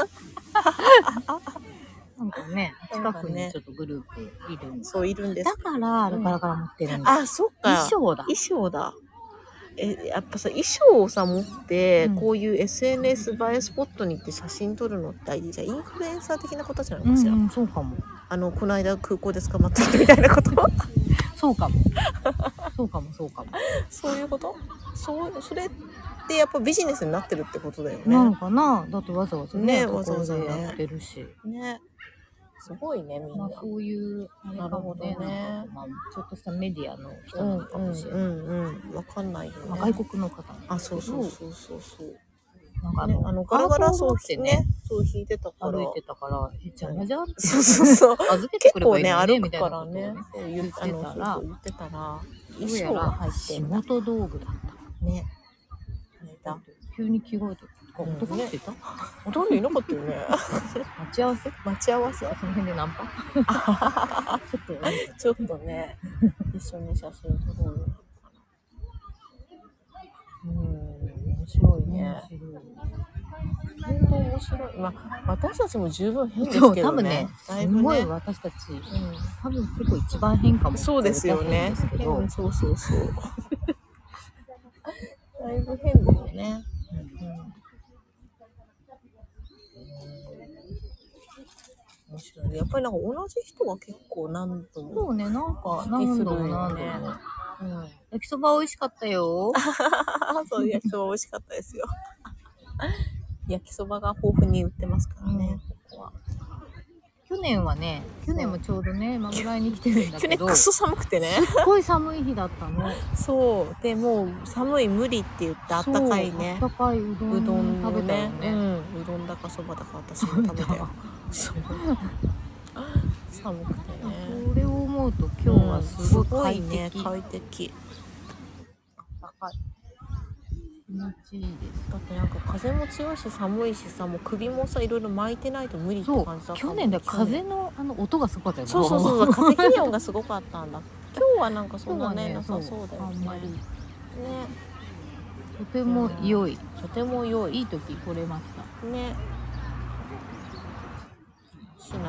[SPEAKER 2] なんかね、近くにちょっとグループいるんです。
[SPEAKER 1] そういるんです。
[SPEAKER 2] だからアルカラから持ってるんだ。
[SPEAKER 1] あ、そっか。
[SPEAKER 2] 衣装だ。
[SPEAKER 1] 衣装だ。え、やっぱさ、衣装をさ持って、うん、こういう エスエヌエス 映えスポットに行って写真撮るのってじゃあインフルエンサー的なことじゃないかしら。
[SPEAKER 2] うんうん、そうかも。
[SPEAKER 1] あのこの間空港で捕まった人みたいなこと。
[SPEAKER 2] そうかも。そうかもそうかも。
[SPEAKER 1] そういうこと？そうそれってやっぱビジネスになってるってことだよね。
[SPEAKER 2] なのかな。だってわざわざね、わざわざやってるし。
[SPEAKER 1] ね。 すごいね、みんな。
[SPEAKER 2] まあ、そういうあれかもね、ね、まあ、ちょっとしたメディアの人なのかもしれない。うんうんうん、
[SPEAKER 1] わかんないよね。
[SPEAKER 2] まあ、外国の方なん
[SPEAKER 1] あ、そうそうそうそうそう。
[SPEAKER 2] なんかあの、
[SPEAKER 1] ね、あのガラガラそうしてね、そう引いてたから。
[SPEAKER 2] 歩いてたから、え、じゃあじゃあ
[SPEAKER 1] そうそうそう。
[SPEAKER 2] 預けてくればいい
[SPEAKER 1] の
[SPEAKER 2] ね、
[SPEAKER 1] みたいなことを
[SPEAKER 2] ね、
[SPEAKER 1] そう言ってたら、言ってたら、
[SPEAKER 2] 衣装が入って仕事道具だった。ね。急に着替えてた。男の人いた？
[SPEAKER 1] ほとんどいなかったよね。
[SPEAKER 2] 待ち合わせ？
[SPEAKER 1] 待ち合わせ？
[SPEAKER 2] その辺でナンパ？ちょっと、
[SPEAKER 1] ちょっとね、一緒に写真撮ろうよ。うん、面白いね。本当面白い。まあ、私たちも十分変ですけどね。
[SPEAKER 2] 多分ね、すごい私たち、うん、多分結構一番変かも。
[SPEAKER 1] そうですよね。
[SPEAKER 2] ですけど、
[SPEAKER 1] そうそうそう。だいぶ変だよね。うんうん、面白いね。やっぱりなんか同じ人が結構何度も。
[SPEAKER 2] そうね、なんか何度も何度も。うん、焼きそば美味しかったよ。
[SPEAKER 1] そう、焼きそば美味しかったですよ。焼きそばが豊富に売ってますからね、うん、ここは。
[SPEAKER 2] 去年はね、去年もちょうどね、まぐらいに来てるんだけど、
[SPEAKER 1] 去年クソ寒くてね。
[SPEAKER 2] すっごい寒い日だったの。
[SPEAKER 1] そう。で、もう寒い無理って言ってあったかいね。
[SPEAKER 2] あったかいうどん、うどん食べたよね。
[SPEAKER 1] うん。うどんだかそばだか私も食べたよ。そう。寒くてね。
[SPEAKER 2] これを思うと今日はすごい快適。
[SPEAKER 1] うん、すごいね、快適。
[SPEAKER 2] あったかい。気持ちいいです。
[SPEAKER 1] だってなんか風も強いし寒いしさ、もう首もさいろいろ巻いてないと無理って感じだった。
[SPEAKER 2] 去年で風のあの音がすごかったよね。
[SPEAKER 1] そうそうそう、風切り音がすごかったんだ。今日はなんかそんなね、なさそうだよね。あんまりね。
[SPEAKER 2] とても良い、
[SPEAKER 1] とても良い。
[SPEAKER 2] いい時来れました。
[SPEAKER 1] ね。しなげえな。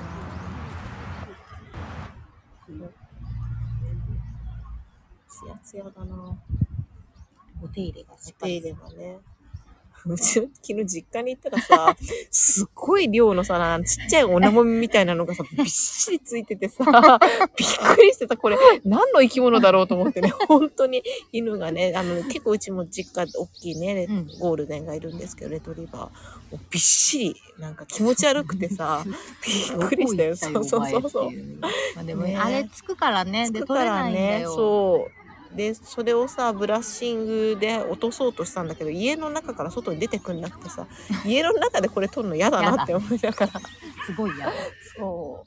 [SPEAKER 1] ツヤツヤだな。
[SPEAKER 2] お手入れが
[SPEAKER 1] お手入れがね。うち昨日実家に行ったらさ、すっごい量のさ、ちっちゃいおなもみみたいなのがさ、びっしりついててさ、びっくりしてた。これ、何の生き物だろうと思ってね、本当に犬がね、あの、結構うちも実家大きいね、うん、ゴールデンがいるんですけど、レトリバー。びっしり、なんか気持ち悪くてさ、びっくりしたよ。そうそうそうそう。
[SPEAKER 2] まあでも、ね、あれつくからね、
[SPEAKER 1] つくからね、そう。で、それをさ、ブラッシングで落とそうとしたんだけど、家の中から外に出てくんなくてさ、家の中でこれ撮るの嫌だなって思いながら。
[SPEAKER 2] すごい嫌だ。
[SPEAKER 1] そう。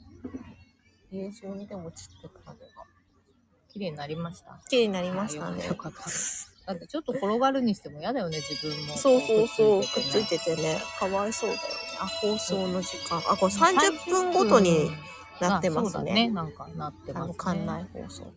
[SPEAKER 1] 家中にでも散ってたのが。
[SPEAKER 2] 綺麗になりました。
[SPEAKER 1] 綺麗になりましたね。
[SPEAKER 2] よかった。だってちょっと転がるにしても嫌だよね、自分も。
[SPEAKER 1] そうそうそう、くっついててね。かわいそうだよね。あ、放送の時間。あ、これさんじゅっぷんごとになってますね。
[SPEAKER 2] そうだね、なんかなってますね。あの、
[SPEAKER 1] 館内放送。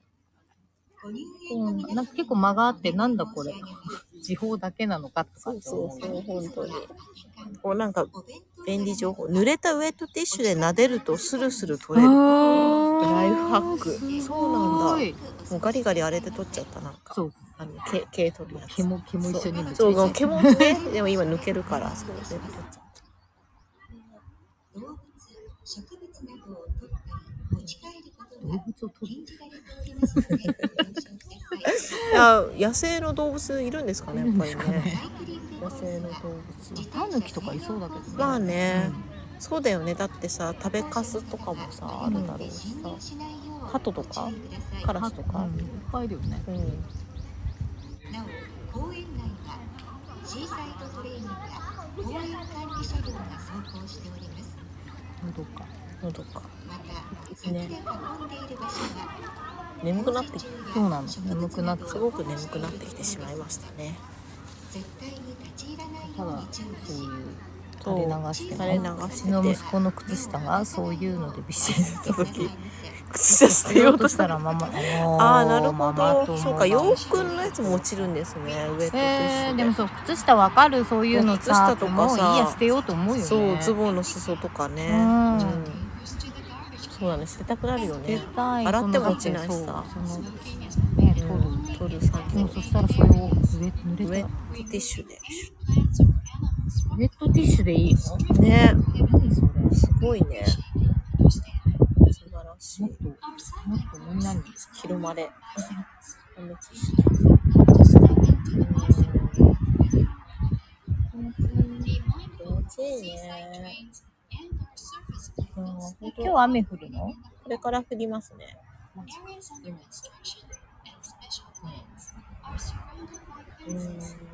[SPEAKER 2] うん、なんか結構間があって、なんだこれ時報だけなのかとか。
[SPEAKER 1] そうそうそう、本当にこうなんか便利情報、濡れたウェットティッシュで撫でるとスルスル取れるライフハック。そうなんだ。もうガリガリあれで取っちゃった。なんかそうあの毛毛取るやつ。
[SPEAKER 2] 毛も毛も一緒に。
[SPEAKER 1] そうそう毛もね。でも今抜けるからそうで取っちゃった。動物植物などを取ったり持ち帰ることが禁じられておりますのでいや野生の動物いるんですかね、やっぱりね。野生の動物。
[SPEAKER 2] タヌキとかいそうだけどね。
[SPEAKER 1] まあね、うん、そうだよね。だってさ、食べかすとかもさ、あるだろうしさ、鳩とかカラスとか、うん、
[SPEAKER 2] いっぱいいるよね。うん、
[SPEAKER 3] なお公園内はシーサイドトレインや公園管理車両が走行しております。
[SPEAKER 2] のどか
[SPEAKER 1] のどか。
[SPEAKER 3] また柵で囲んでいる場所が
[SPEAKER 1] 眠くなってきて、
[SPEAKER 2] そうなの。眠くなって
[SPEAKER 1] すごく眠くなってきてしまいましたね。
[SPEAKER 3] 絶対に立ち入らないように注意し、
[SPEAKER 2] 垂れ流して
[SPEAKER 1] 垂れ流してて、
[SPEAKER 2] うちの息子の靴下がそういうのでびっしりした時、
[SPEAKER 1] 靴下捨てようとした
[SPEAKER 2] らママ、
[SPEAKER 1] ああなるほど。そうか、洋服のやつも落ちるんですね、ウェットティッシュで。
[SPEAKER 2] えー、でもそう靴下わかる、そういうのさ、
[SPEAKER 1] 靴下とかさ、
[SPEAKER 2] もういいや捨てようと思うよね。
[SPEAKER 1] そうズボンの裾とかね。うん、そうだね、捨てたくなるよね。洗っても落ちないしさ。
[SPEAKER 2] ね、取る
[SPEAKER 1] 取る作業。
[SPEAKER 2] そしたらそれをウェ
[SPEAKER 1] ットティッシュで。
[SPEAKER 2] ウェットティッシュでいいの？
[SPEAKER 1] ね。
[SPEAKER 2] 何それ？
[SPEAKER 1] すごいね。素晴らしい。
[SPEAKER 2] もっともっとみんなに
[SPEAKER 1] 広まれ。気持ちいいね。
[SPEAKER 2] うん、今日雨降るの？
[SPEAKER 1] これから降りますね。うん。うん。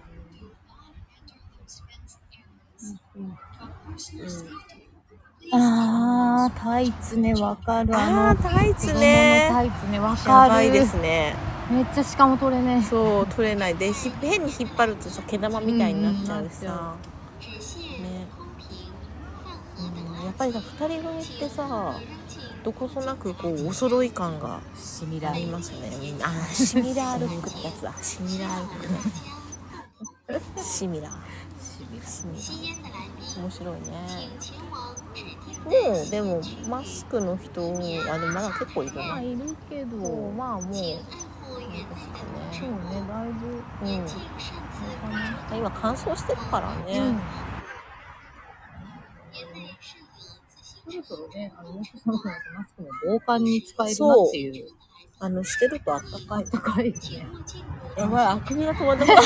[SPEAKER 2] あー、タイツね、わかる。
[SPEAKER 1] あー、タイツね。
[SPEAKER 2] タイツね、わかる。
[SPEAKER 1] やばいですね。
[SPEAKER 2] めっちゃしかも取れねえ。
[SPEAKER 1] そう、取れないで、変に引っ張るとさ、毛玉みたいになっちゃうしさ。ね。うん、やっぱりさ、二人組ってさ、どことなくこうお揃い感がありますね。みんな、あ、シミラールックってやつだ。シミラールックね。シミラー。シミラー。面白いね。もうでもマスクの人、あでもまだ結構いるな。
[SPEAKER 2] いるけど、
[SPEAKER 1] まあもうなんですかね。
[SPEAKER 2] そうね、だいぶ。
[SPEAKER 1] うん。今乾燥してるからね。うん、
[SPEAKER 2] そろそろね、あの、もしそろそろマスクも防寒に使えるなっていう。
[SPEAKER 1] あの、してるとあったかい。
[SPEAKER 2] あったかいですね。
[SPEAKER 1] やばい、あくびが止まってこない。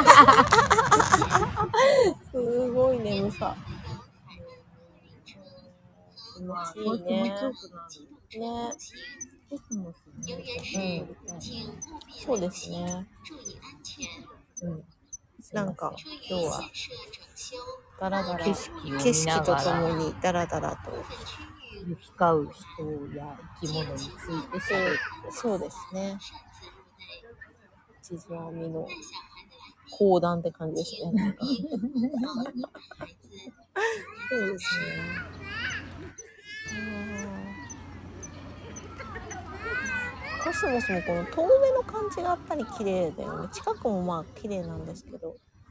[SPEAKER 1] すごい眠さ。気持ちいいね。ね。うん。そうですね。うん。なんか今日はダラダラ景色とともにダラダラと
[SPEAKER 2] 行き交う人や生き物について
[SPEAKER 1] そうそうですね。地図編みの講談って感じですね。なんかそうですね。コスモスもこの遠目の感じがやっぱり綺麗だよね。近くもまあ綺麗なんですけど。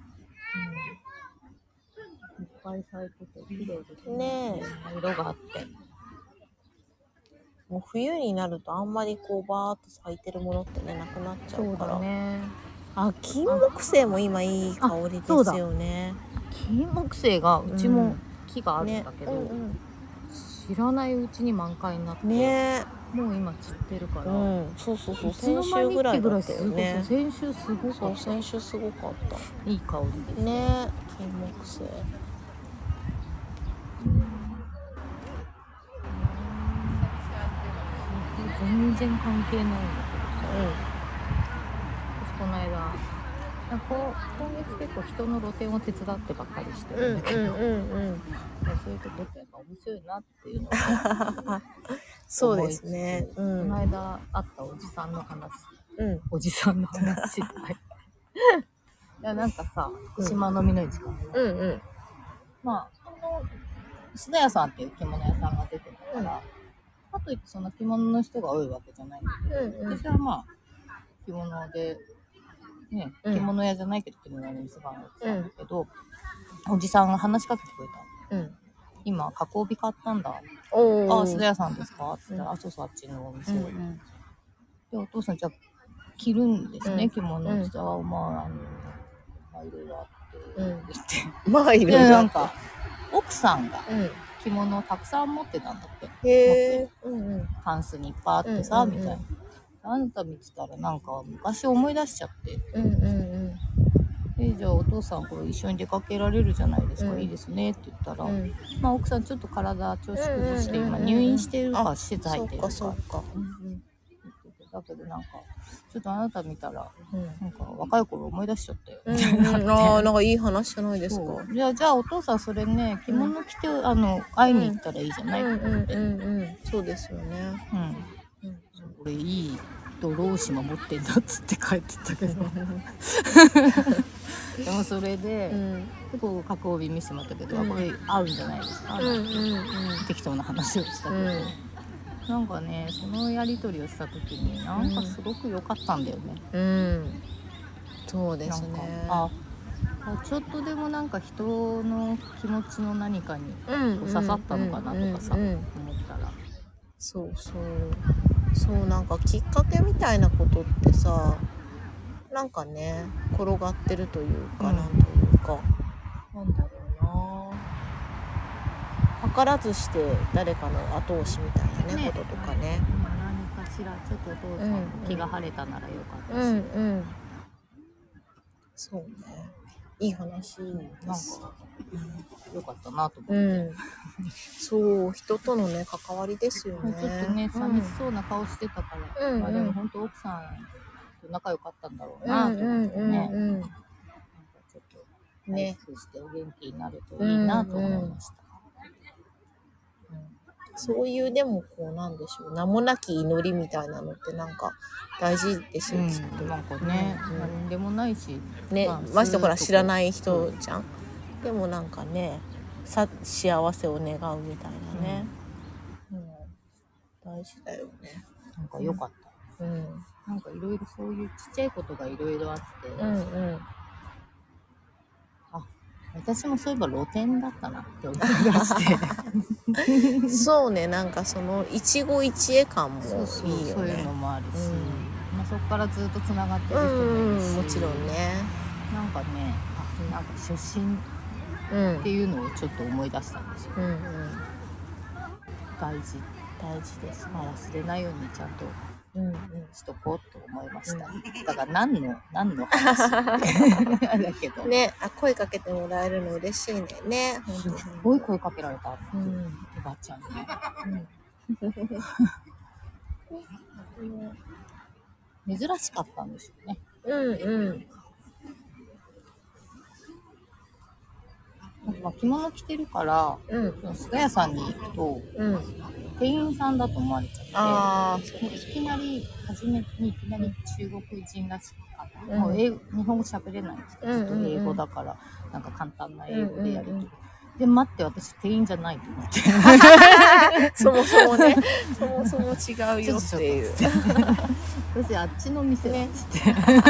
[SPEAKER 2] いっぱい咲いてて綺麗ですね。
[SPEAKER 1] ね
[SPEAKER 2] え、色があって。
[SPEAKER 1] もう冬になるとあんまりこうバーっと咲いてるものってねなくなっちゃうから。
[SPEAKER 2] そうだね。
[SPEAKER 1] あ、金木犀も今いい香りですよね。
[SPEAKER 2] 金木犀がうちも木があるんだけど、うんねうんうん、知らないうちに満開になって、ね、もう今散ってるから、うん、
[SPEAKER 1] そうそうそう、先週ぐらいだったよね。
[SPEAKER 2] 先週すごかった。
[SPEAKER 1] そう先週すごかった。
[SPEAKER 2] いい香りです
[SPEAKER 1] ね。金木犀。
[SPEAKER 2] 全然関係ないんだけどさ、うん、私この間こ今月結構人の露店を手伝ってばっかりしてるんだけど、うんうんうんうん、そういうとこってやっぱ面白いなっていうのを
[SPEAKER 1] そうですね、うん、
[SPEAKER 2] この間会ったおじさんの話、
[SPEAKER 1] うん、
[SPEAKER 2] おじさんの話いやなんかさ島飲みの市か、うんうん、まあこの須田屋さんっていう着物屋さんが出てるから、うん、かといってその着物の人が多いわけじゃないんだけど、うんうん、私はまあ着物でね、着物屋じゃないけど着物屋の店があるんだけど、うん、おじさんが話しかけてくれた、うん、今加工日買ったんだ、ああ須田屋さんですかって言ったら、うん、あそうそうあっちのお店、うんうん、でお父さんじゃあ着るんですね、うん、着物って言ったら、うん、まああのまあいろいろあって、うん、言って
[SPEAKER 1] まあいろいろ
[SPEAKER 2] なんか奥さんが着物をたくさん持ってたんだって、
[SPEAKER 1] へ
[SPEAKER 2] 持って、うんうん、タンスにいっぱいあってさ、うんうんうん、みたいな。あなた見てたらなんか昔思い出しちゃって、うんうんうん、でじゃあお父さんこれ一緒に出かけられるじゃないですか、うん、いいですねって言ったら、うん、まあ奥さんちょっと体調子崩して今入院してるか施設入ってるか、
[SPEAKER 1] そうかそうか、うんうん、
[SPEAKER 2] だけどなんかちょっとあなた見たら、うん、なんか若い頃思い出しちゃったよ、
[SPEAKER 1] うん、みたいなって、あなんかいい話じゃないですか。
[SPEAKER 2] じゃあじゃあお父さんそれね着物着て、うん、あの会いに行ったらいいじゃない、うん、って、
[SPEAKER 1] うんうんうん、そうですよね、
[SPEAKER 2] うんうん、これいいドロー島持ってんだっつって帰ってたけどでもそれで、うん、結構加工日見せてもらったけど、うん、これ合うんじゃないですか、うんうんうん、適当な話をしたけど、うん、なんかねそのやり取りをした時になんかすごく良かったんだよね、
[SPEAKER 1] うんうん、そうですね。
[SPEAKER 2] あちょっとでもなんか人の気持ちの何かに刺さったのかなとかさ、うんうんうんうん、思ったら
[SPEAKER 1] そうそうそうなんかきっかけみたいなことってさなんかね転がってるというか、うん、なんというかなんだろうな図らずして誰かの後押しみたいなね、ねこととかね、
[SPEAKER 2] まあ、何かしらちょっとお父さん気が晴れたならよかったし、うんうん、
[SPEAKER 1] そうねいい話
[SPEAKER 2] なん
[SPEAKER 1] で
[SPEAKER 2] か
[SPEAKER 1] す。
[SPEAKER 2] 良かったなと思って、
[SPEAKER 1] うん、そう人とのね関わりですよね。
[SPEAKER 2] ちょっとね寂しそうな顔してたから、
[SPEAKER 1] うん、
[SPEAKER 2] まあでも本当奥さんと仲良かったんだろうなと思ってね、
[SPEAKER 1] うんうんうんうん、
[SPEAKER 2] なんかちょっと回復してお元気になるといいなと思いました。
[SPEAKER 1] うんうんうん、そういうでもこうなんでしょう、名もなき祈りみたいなのってなんか大事ですよ、
[SPEAKER 2] うん、
[SPEAKER 1] きっと。
[SPEAKER 2] なんかね、
[SPEAKER 1] うんうん、
[SPEAKER 2] 何でもないし
[SPEAKER 1] ね、
[SPEAKER 2] まあ、
[SPEAKER 1] ましてほら知らない人じゃん。でもなんかねさ幸せを願うみたいなね、うんうん、大事だよね。
[SPEAKER 2] なんか良かった、
[SPEAKER 1] うん、
[SPEAKER 2] なんかいろいろそういうちっちゃいことがいろいろあって、
[SPEAKER 1] うんうん
[SPEAKER 2] あ、私もそういえば露店だったなって思い出して
[SPEAKER 1] そうね、なんかその一期一会感もいいよね。
[SPEAKER 2] そうそう、そういうのもあるし、
[SPEAKER 1] うん、
[SPEAKER 2] まあ、そこからずっとつながってる人もいるし、
[SPEAKER 1] うん、もちろんね、
[SPEAKER 2] なんかね、あ、なんか初心っていうのをちょっと思い出したんですよ、
[SPEAKER 1] うんうん、
[SPEAKER 2] 大事
[SPEAKER 1] 大事ですね、
[SPEAKER 2] 忘れないようにちゃんと
[SPEAKER 1] うんうん、
[SPEAKER 2] しとこうと思いました、
[SPEAKER 1] うん、
[SPEAKER 2] だから何の何の話だけど
[SPEAKER 1] ね、あ、声かけてもらえるの嬉しいね。ね、
[SPEAKER 2] すごい声かけられたって、
[SPEAKER 1] うん、
[SPEAKER 2] おばあちゃんにね、うん、珍しかったんですよね。
[SPEAKER 1] うんうん。
[SPEAKER 2] なんか着物着てるから、
[SPEAKER 1] うん、
[SPEAKER 2] その菅谷さんに行くと、
[SPEAKER 1] うん、
[SPEAKER 2] 店員さんだと思われちゃって、
[SPEAKER 1] あ
[SPEAKER 2] いきなり初めにいきなり中国人らしかった、
[SPEAKER 1] うん、
[SPEAKER 2] もう英語日本語喋れないんですけど、
[SPEAKER 1] うんうんうん、
[SPEAKER 2] ずっと英語だからなんか簡単な英語でやりとり、
[SPEAKER 1] うんうんうん、
[SPEAKER 2] で待って私店員じゃないと思って
[SPEAKER 1] そもそもね、そもそも違うよっていう。
[SPEAKER 2] 私あっちの店ねっつって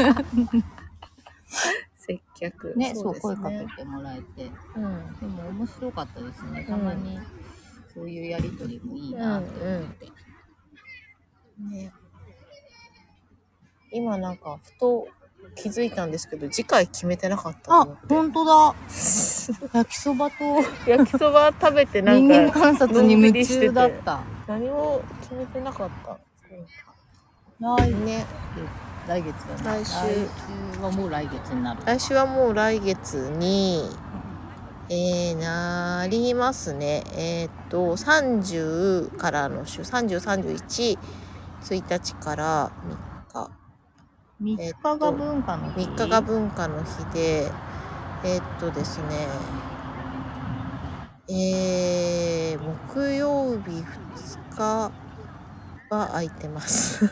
[SPEAKER 1] 接客
[SPEAKER 2] ね、
[SPEAKER 1] そです
[SPEAKER 2] そうう声
[SPEAKER 1] ね、
[SPEAKER 2] かけてもらえて、
[SPEAKER 1] うん、
[SPEAKER 2] でも面白かったですね。たまにそういうやりとりもいいなって思って、
[SPEAKER 1] うんうん、ね、今なんかふと気づいたんですけど次回決めてなかったと思って。
[SPEAKER 2] あ、本当だ焼きそばと
[SPEAKER 1] 焼きそば食べてなんか
[SPEAKER 2] 人間観察に夢中だった。
[SPEAKER 1] 何も決めてなかった。
[SPEAKER 2] 来
[SPEAKER 1] ね、
[SPEAKER 2] 来月だね。
[SPEAKER 1] 来週
[SPEAKER 2] 来週はもう来月になる。
[SPEAKER 1] 来週はもう来月に、えー、なりますね。えー、っとさんじゅうからの週、さんじゅう、さんじゅういち、ついたちからみっか。
[SPEAKER 2] みっかが文化の日。
[SPEAKER 1] みっかが文化の日で、えー、っとですね、えー、木曜日ふつかは空いてます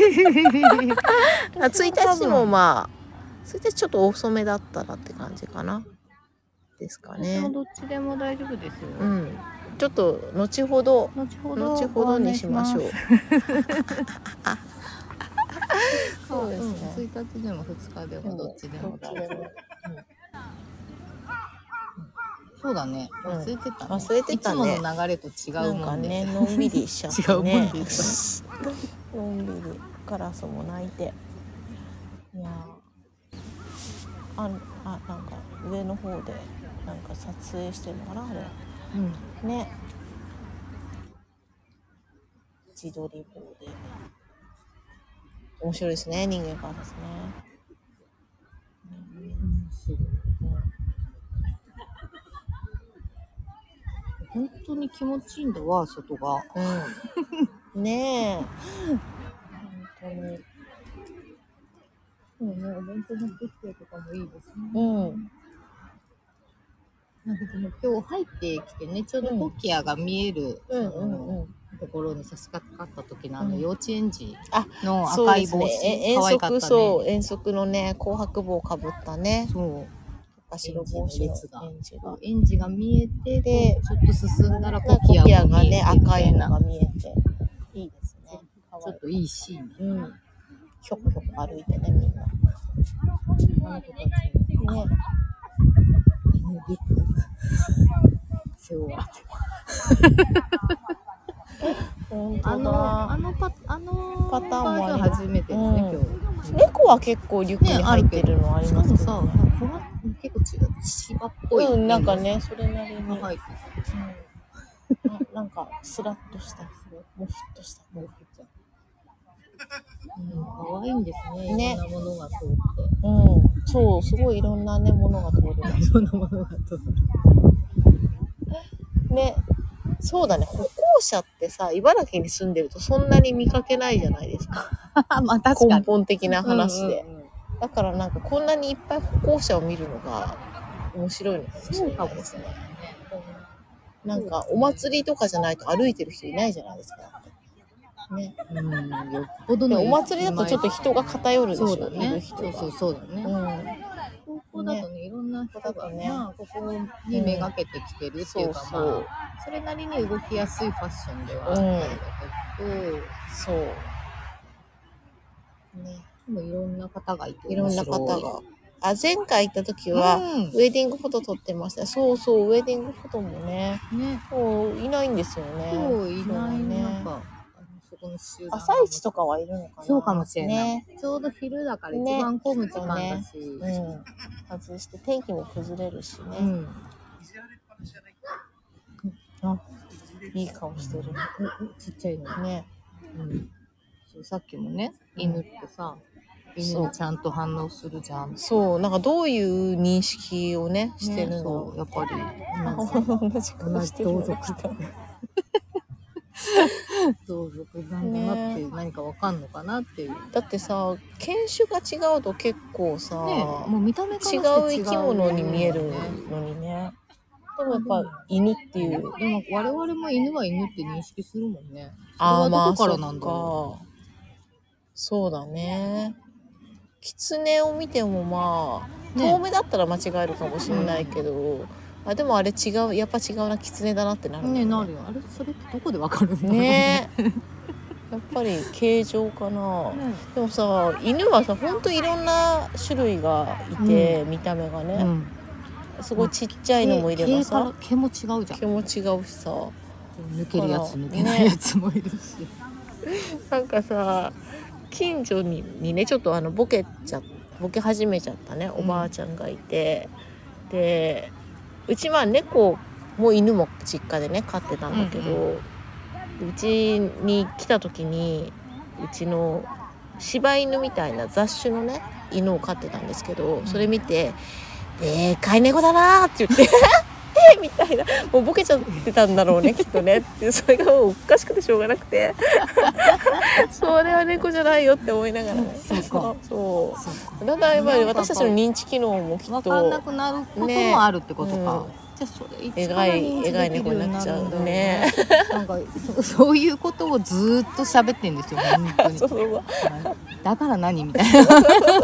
[SPEAKER 1] あ、ついたちもまあついたちちょっと遅めだったらって感じかなですかね。
[SPEAKER 2] 私もどっちでも大丈夫ですよ。
[SPEAKER 1] うん、ちょっと後ほど
[SPEAKER 2] 後ほど
[SPEAKER 1] 後ほどにしましょう
[SPEAKER 2] そうですね、ついたちでもふつかでもどっちでも大丈夫、うん、そうだね、忘れてたね、うん、
[SPEAKER 1] 忘れてたね。
[SPEAKER 2] いつもの流れと違うもんで、
[SPEAKER 1] ね、のんびりしちゃってね
[SPEAKER 2] 違うもんで
[SPEAKER 1] のんびりカラスも鳴いて、いやああ、なんか上の方でなんか撮影してるのかなあれ、うん、ね、自撮り棒で面白いですね、人間観察ね、うん、面白い、
[SPEAKER 2] うん、本当に気持ちいいんだわ外が、
[SPEAKER 1] うん、ねえ本当に、
[SPEAKER 2] そうね、お弁当の風景とかもいいですね。
[SPEAKER 1] うん。
[SPEAKER 2] なんかその今日入ってきてね、ちょうどコキアが見える、
[SPEAKER 1] うんうんうん、
[SPEAKER 2] ところに差し掛かった時のあの幼稚園児
[SPEAKER 1] の
[SPEAKER 2] 赤い帽子、
[SPEAKER 1] ね、可愛かったね。そう遠足のね紅白帽をかぶったね。
[SPEAKER 2] そう。
[SPEAKER 1] 白帽子の園児が
[SPEAKER 2] 園児が見えてでちょっと進んだらコキア
[SPEAKER 1] がね赤いのが見えていいですね。
[SPEAKER 2] ちょっといいシーン。
[SPEAKER 1] うん。ひょこひょこ歩いてねみんな。
[SPEAKER 2] あの子たちね。ビッグ背負われてあのあのパあの
[SPEAKER 1] パターンも
[SPEAKER 2] 初めてですね、うん、今
[SPEAKER 1] 日。猫は結構リュックに入ってるのありますけど、ね。
[SPEAKER 2] そうそう結構違う芝っぽい、
[SPEAKER 1] うん、なんかねそれなりに。
[SPEAKER 2] はい。
[SPEAKER 1] うん、な, なんかスラッとしたもふっとしたもふっちゃ
[SPEAKER 2] うん、可愛いんですね。
[SPEAKER 1] ね
[SPEAKER 2] いろんなものが通って。
[SPEAKER 1] うん、そう、すごいいろんなね、ものが通るんです。
[SPEAKER 2] いろんなものが通る。
[SPEAKER 1] ね、そうだね、歩行者ってさ、茨城に住んでるとそんなに見かけないじゃないですか。
[SPEAKER 2] まあ確かに。
[SPEAKER 1] 根本的な話で。
[SPEAKER 2] うんうんうん、
[SPEAKER 1] だからなんかこんなにいっぱい歩行者を見るのが面白いのかもしれないですね。なんかお祭りとかじゃないと歩いてる人いないじゃないですか。ね。
[SPEAKER 2] うん、よっぽどの
[SPEAKER 1] お祭りだとちょっと人が偏るでしょ。
[SPEAKER 2] そうだね。
[SPEAKER 1] いる人が。
[SPEAKER 2] そうそうそうだね。うん、ここだとね、いろんな人がね、まあここにめがけてきてるっていうか、うん、まあそれなりに動きやすいファッションではあったんだけど、うん、そう。ね。でもいろんな方がいて、
[SPEAKER 1] いろんな方が。あ、前回行った時は、うん、ウェディングフォト撮ってました。そうそう、ウェディングフォトもね。ね。そう、いないんですよね。
[SPEAKER 2] そう、いないね。なんか、そこの集団。
[SPEAKER 1] 朝市とかはいるのかな。
[SPEAKER 2] そうかもしれない。ね、ちょうど昼だから一番混む時間だし。
[SPEAKER 1] ね、うん。外して天気も崩れるしね。うん。あ、いい顔してる。
[SPEAKER 2] ちっちゃいの
[SPEAKER 1] ね。
[SPEAKER 2] うん。そうさっきもね、犬ってさ。犬にちゃんと反応するじゃん。
[SPEAKER 1] そう、なんかどういう認識をね、してるの、
[SPEAKER 2] ね、やっぱり
[SPEAKER 1] 同じ顔してる
[SPEAKER 2] 同族だ同族なんだなって、何かわかんのかなっていう。
[SPEAKER 1] だってさ、犬種が違うと結構さ、ね、
[SPEAKER 2] もう見た目から
[SPEAKER 1] して違う生き物に見えるのにね。でもやっぱ犬っていう。
[SPEAKER 2] でも我々も犬は犬って認識するもんね。ああ、まあどこからなんだろう。
[SPEAKER 1] そうだね。狐を見てもまあ、ね、遠目だったら間違えるかもしれないけど、うん、あでもあれ違う、やっぱ違うな、狐だなってなる
[SPEAKER 2] ね。ね、なるよ。あれそれってどこでわかるんだろうね。
[SPEAKER 1] ねやっぱり形状かな、ね、でもさ、犬はさ、ほんといろんな種類がいて、うん、見た目がね、うん、すごいちっちゃいのもいればさ、
[SPEAKER 2] 毛も違うじゃん。
[SPEAKER 1] 毛も違うしさ、
[SPEAKER 2] 抜けるやつ抜けないやつもいるし、ね、
[SPEAKER 1] なんかさ、近所ににね、ちょっとあのボケちゃボケ始めちゃったねおばあちゃんがいて、うん、でうちは猫も犬も実家でね飼ってたんだけど、うんうん、うちに来た時にうちの柴犬みたいな雑種のね犬を飼ってたんですけど、それ見て「でかい猫だな」って言ってえみたいな、もうボケちゃってたんだろうねきっとねって、それがもうおかしくてしょうがなくてそれは猫じゃないよって思いながらね、
[SPEAKER 2] そうか
[SPEAKER 1] そうそうだからやっぱり私たちの認知機能もきっと
[SPEAKER 2] 分かんなくなることもあるってことか、ね、うん、じゃあそれいつから認知できるようになるんだろうね。なんか そ, そういうことをずっと喋ってんですよ本当にそうそうだから何みたいなそうだ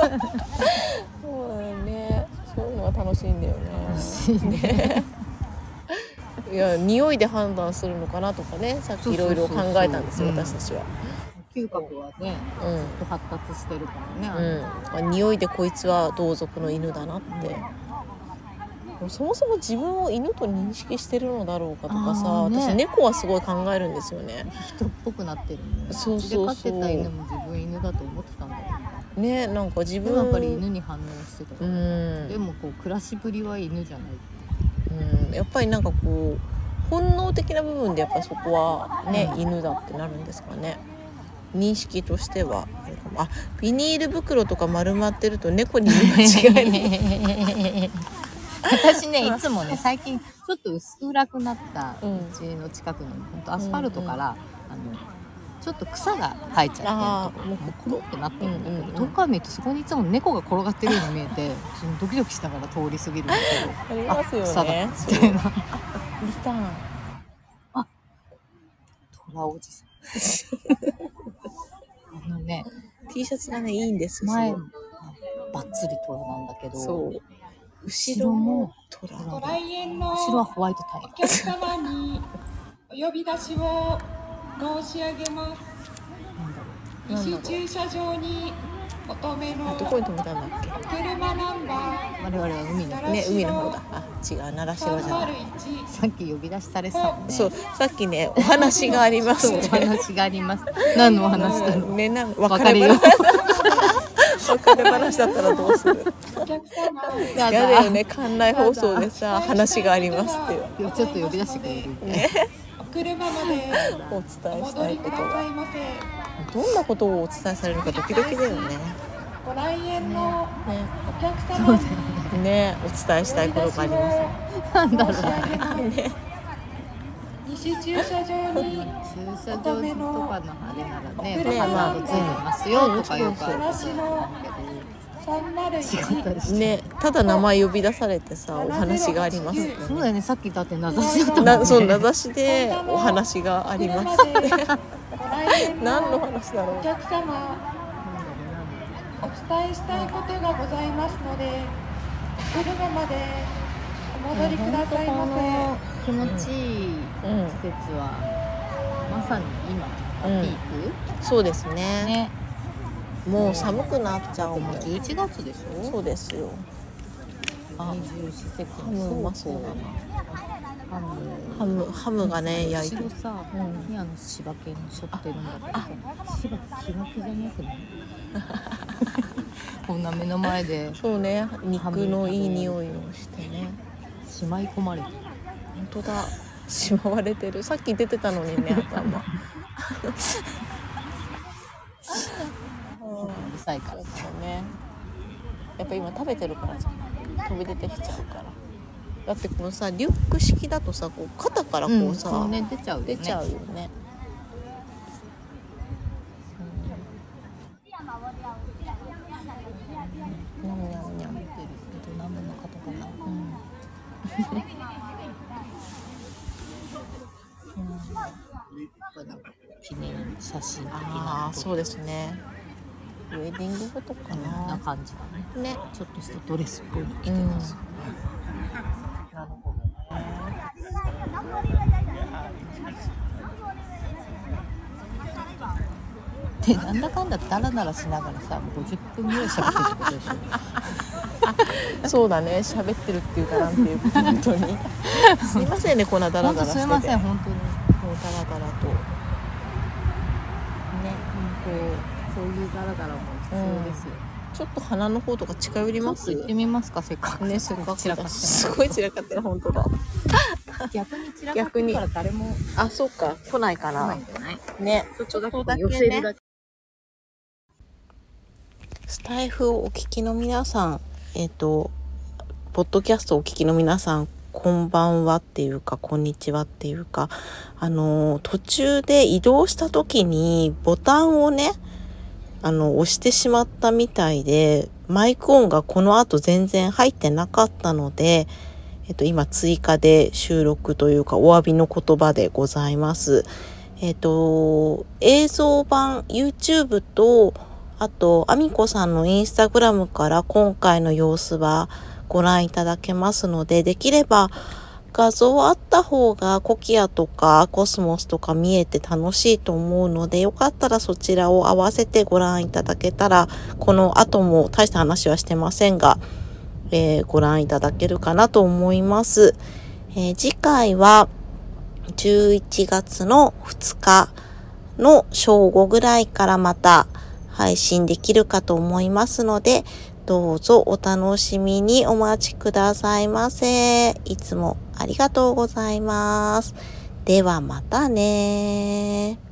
[SPEAKER 1] ね、そういうのが楽しいんだよね。
[SPEAKER 2] 楽しいね
[SPEAKER 1] いや、匂いで判断するのかなとかね、さっきいろいろ考えたんですよ、私たちは。
[SPEAKER 2] 嗅覚はね、うん、発達してるから
[SPEAKER 1] ね、うん、匂いでこいつは同族の犬だなって、うん、そもそも自分を犬と認識してるのだろうかとかさ、ね、私猫はすごい考えるんですよね。
[SPEAKER 2] 人っぽくなってるね。
[SPEAKER 1] そうそうそう、
[SPEAKER 2] 飼ってた犬も自分犬だと思ってたんだよ
[SPEAKER 1] ね。なんか自分
[SPEAKER 2] やっぱり犬に反応してたから、うん、でもこう暮らしぶりは犬じゃない、
[SPEAKER 1] うん、やっぱりなんかこう本能的な部分でやっぱそこはね、うん、犬だってなるんですかね。認識としてはあれかも。あ、ビニール袋とか丸まってると猫に間違えない
[SPEAKER 2] 私ねいつもね最近ちょっと薄暗くなったうちの近くの本当アスファルトから、うんうん、あのちょっと草が生えちゃってるところもうコロってなってるんだけど、うんうんうん、遠くから見るとそこにいつも猫が転がってるように見えてそのドキドキしながら通り過ぎるんだけど
[SPEAKER 1] ありますよね、
[SPEAKER 2] 草だみたいな
[SPEAKER 1] リターン、
[SPEAKER 2] あ、トラおじさんあのね
[SPEAKER 1] T シャツがねいいんですよ。
[SPEAKER 2] 前バッツリトラなんだけど、
[SPEAKER 1] そう後ろもトラ、
[SPEAKER 2] 後ろはホワイトタイガー。
[SPEAKER 4] お客様にお呼び出しを申し上げます。西駐車場にお止めの
[SPEAKER 1] どこに止めたんだっけ。
[SPEAKER 4] 車ナンバー
[SPEAKER 2] 我々は海の
[SPEAKER 1] ね、海の方だ。あ、違う、習志野じゃない。
[SPEAKER 2] さっき呼び出しされてたもんね。
[SPEAKER 1] そう、さっきねお話があります、ね、
[SPEAKER 2] お話があります。何のお話だろう。
[SPEAKER 1] ね、なん別れ話。別れ話だったらどうする。やだよね、館内放送でさ話がありますっていう。
[SPEAKER 2] ちょっと呼び出してくれる。ね。
[SPEAKER 4] 車まで
[SPEAKER 1] お伝え
[SPEAKER 4] お戻
[SPEAKER 1] したいこと
[SPEAKER 4] りくださ
[SPEAKER 1] が
[SPEAKER 4] いませ。
[SPEAKER 1] どんなことをお伝えされるかドキドキだよね。
[SPEAKER 4] ご来園の
[SPEAKER 1] ね
[SPEAKER 4] お客様に
[SPEAKER 1] ねお伝えしたいことがありますね。
[SPEAKER 2] なんだろう
[SPEAKER 4] 申し上げます。
[SPEAKER 1] ね
[SPEAKER 4] 西駐車場に
[SPEAKER 2] 駐車場とかのあれならね、
[SPEAKER 4] ね
[SPEAKER 2] ハザードついてますよとかよくある
[SPEAKER 4] 話のさんまるいち
[SPEAKER 2] 違ったりして、
[SPEAKER 1] ねただ名前呼び出されてさお話がありますよね。
[SPEAKER 2] そうだよね、さっきだって名指しだったもんね。
[SPEAKER 1] なそう名指しでお話があります。
[SPEAKER 4] 車でご来園
[SPEAKER 1] 何の
[SPEAKER 4] の
[SPEAKER 1] 話だろう。
[SPEAKER 4] お客様お伝えしたいことがございますのでお車までお戻りくださいませ。
[SPEAKER 2] 本当この気持ちいい
[SPEAKER 1] うん
[SPEAKER 2] 季節は、まさに今
[SPEAKER 1] うん
[SPEAKER 2] ピー
[SPEAKER 1] そうです
[SPEAKER 2] ク、
[SPEAKER 1] ね。
[SPEAKER 2] ね。
[SPEAKER 1] もう寒くなっちゃうもん。
[SPEAKER 2] もうじゅういちがつでしょ。
[SPEAKER 1] そうですよ。あ
[SPEAKER 2] 二十四節気
[SPEAKER 1] ハムうまそうだな。
[SPEAKER 2] ハム
[SPEAKER 1] ハムハムがね焼いて
[SPEAKER 2] 後ろさ、
[SPEAKER 1] うん
[SPEAKER 2] 宮の柴犬しょってるんだけどさ、柴気が気じゃなくない？こんな目の前で
[SPEAKER 1] そうね肉のいい匂いをしてね。
[SPEAKER 2] しまい込まれてる。
[SPEAKER 1] 本当だしまわれてる。さっき出てたのにね頭。
[SPEAKER 2] うるさいから
[SPEAKER 1] ちょっとねやっぱ今食べてるからさ飛び出てきちゃうから。だってこのさリュック式だとさこう肩からこうさ、
[SPEAKER 2] うん、ね、出ちゃうよね。
[SPEAKER 1] 出ちゃうよね。うん、にゃんにゃんにゃん。
[SPEAKER 2] ベトナムの方かな。
[SPEAKER 1] うん
[SPEAKER 2] 記念写真的
[SPEAKER 1] あ
[SPEAKER 2] な
[SPEAKER 1] あそうですね。ウェディングフォトか
[SPEAKER 2] な
[SPEAKER 1] な。
[SPEAKER 2] 感じだね。
[SPEAKER 1] ね。
[SPEAKER 2] ちょっとしたドレスっぽいの着てます。
[SPEAKER 1] なるほどね。
[SPEAKER 2] でなんだかんだダラダラしながらさ、ごじゅっぷんぐらい喋ってるってことでしょ。
[SPEAKER 1] そうだね喋ってるっていうかなんていうか本当にすいませんねこんなダラ
[SPEAKER 2] 本当
[SPEAKER 1] ダラしてて。
[SPEAKER 2] すいません、本当に。
[SPEAKER 1] もうダラダラと。
[SPEAKER 2] ね、こうそういうダラダラも必要ですよ。
[SPEAKER 1] ちょっと鼻の方とか近寄ります。
[SPEAKER 2] ちょっと行ってみますか、せっかく。
[SPEAKER 1] ねせっかく
[SPEAKER 2] 散らかってます
[SPEAKER 1] すごい散らかってる本当だ。
[SPEAKER 2] 逆に散らかってるから誰も
[SPEAKER 1] あそうか来ないか
[SPEAKER 2] 来
[SPEAKER 1] な。
[SPEAKER 2] ないんじゃない？
[SPEAKER 1] ね
[SPEAKER 2] ちょっとだけ
[SPEAKER 1] ちょっとだけね
[SPEAKER 2] 寄せるだけ。
[SPEAKER 1] スタイフをお聞きの皆さん、えっと、ポッドキャストをお聞きの皆さん、こんばんはっていうか、こんにちはっていうか、あの、途中で移動した時にボタンをね、あの、押してしまったみたいで、マイク音がこの後全然入ってなかったので、えっと、今追加で収録というか、お詫びの言葉でございます。えっと、映像版 YouTube と、あと、あみこさんのインスタグラムから今回の様子はご覧いただけますので、できれば画像あった方がコキアとかコスモスとか見えて楽しいと思うので、よかったらそちらを合わせてご覧いただけたら、この後も大した話はしてませんが、えー、ご覧いただけるかなと思います。えー、次回はじゅういちがつのふつかの正午ぐらいからまた配信できるかと思いますので、どうぞお楽しみにお待ちくださいませ。いつもありがとうございます。ではまたね。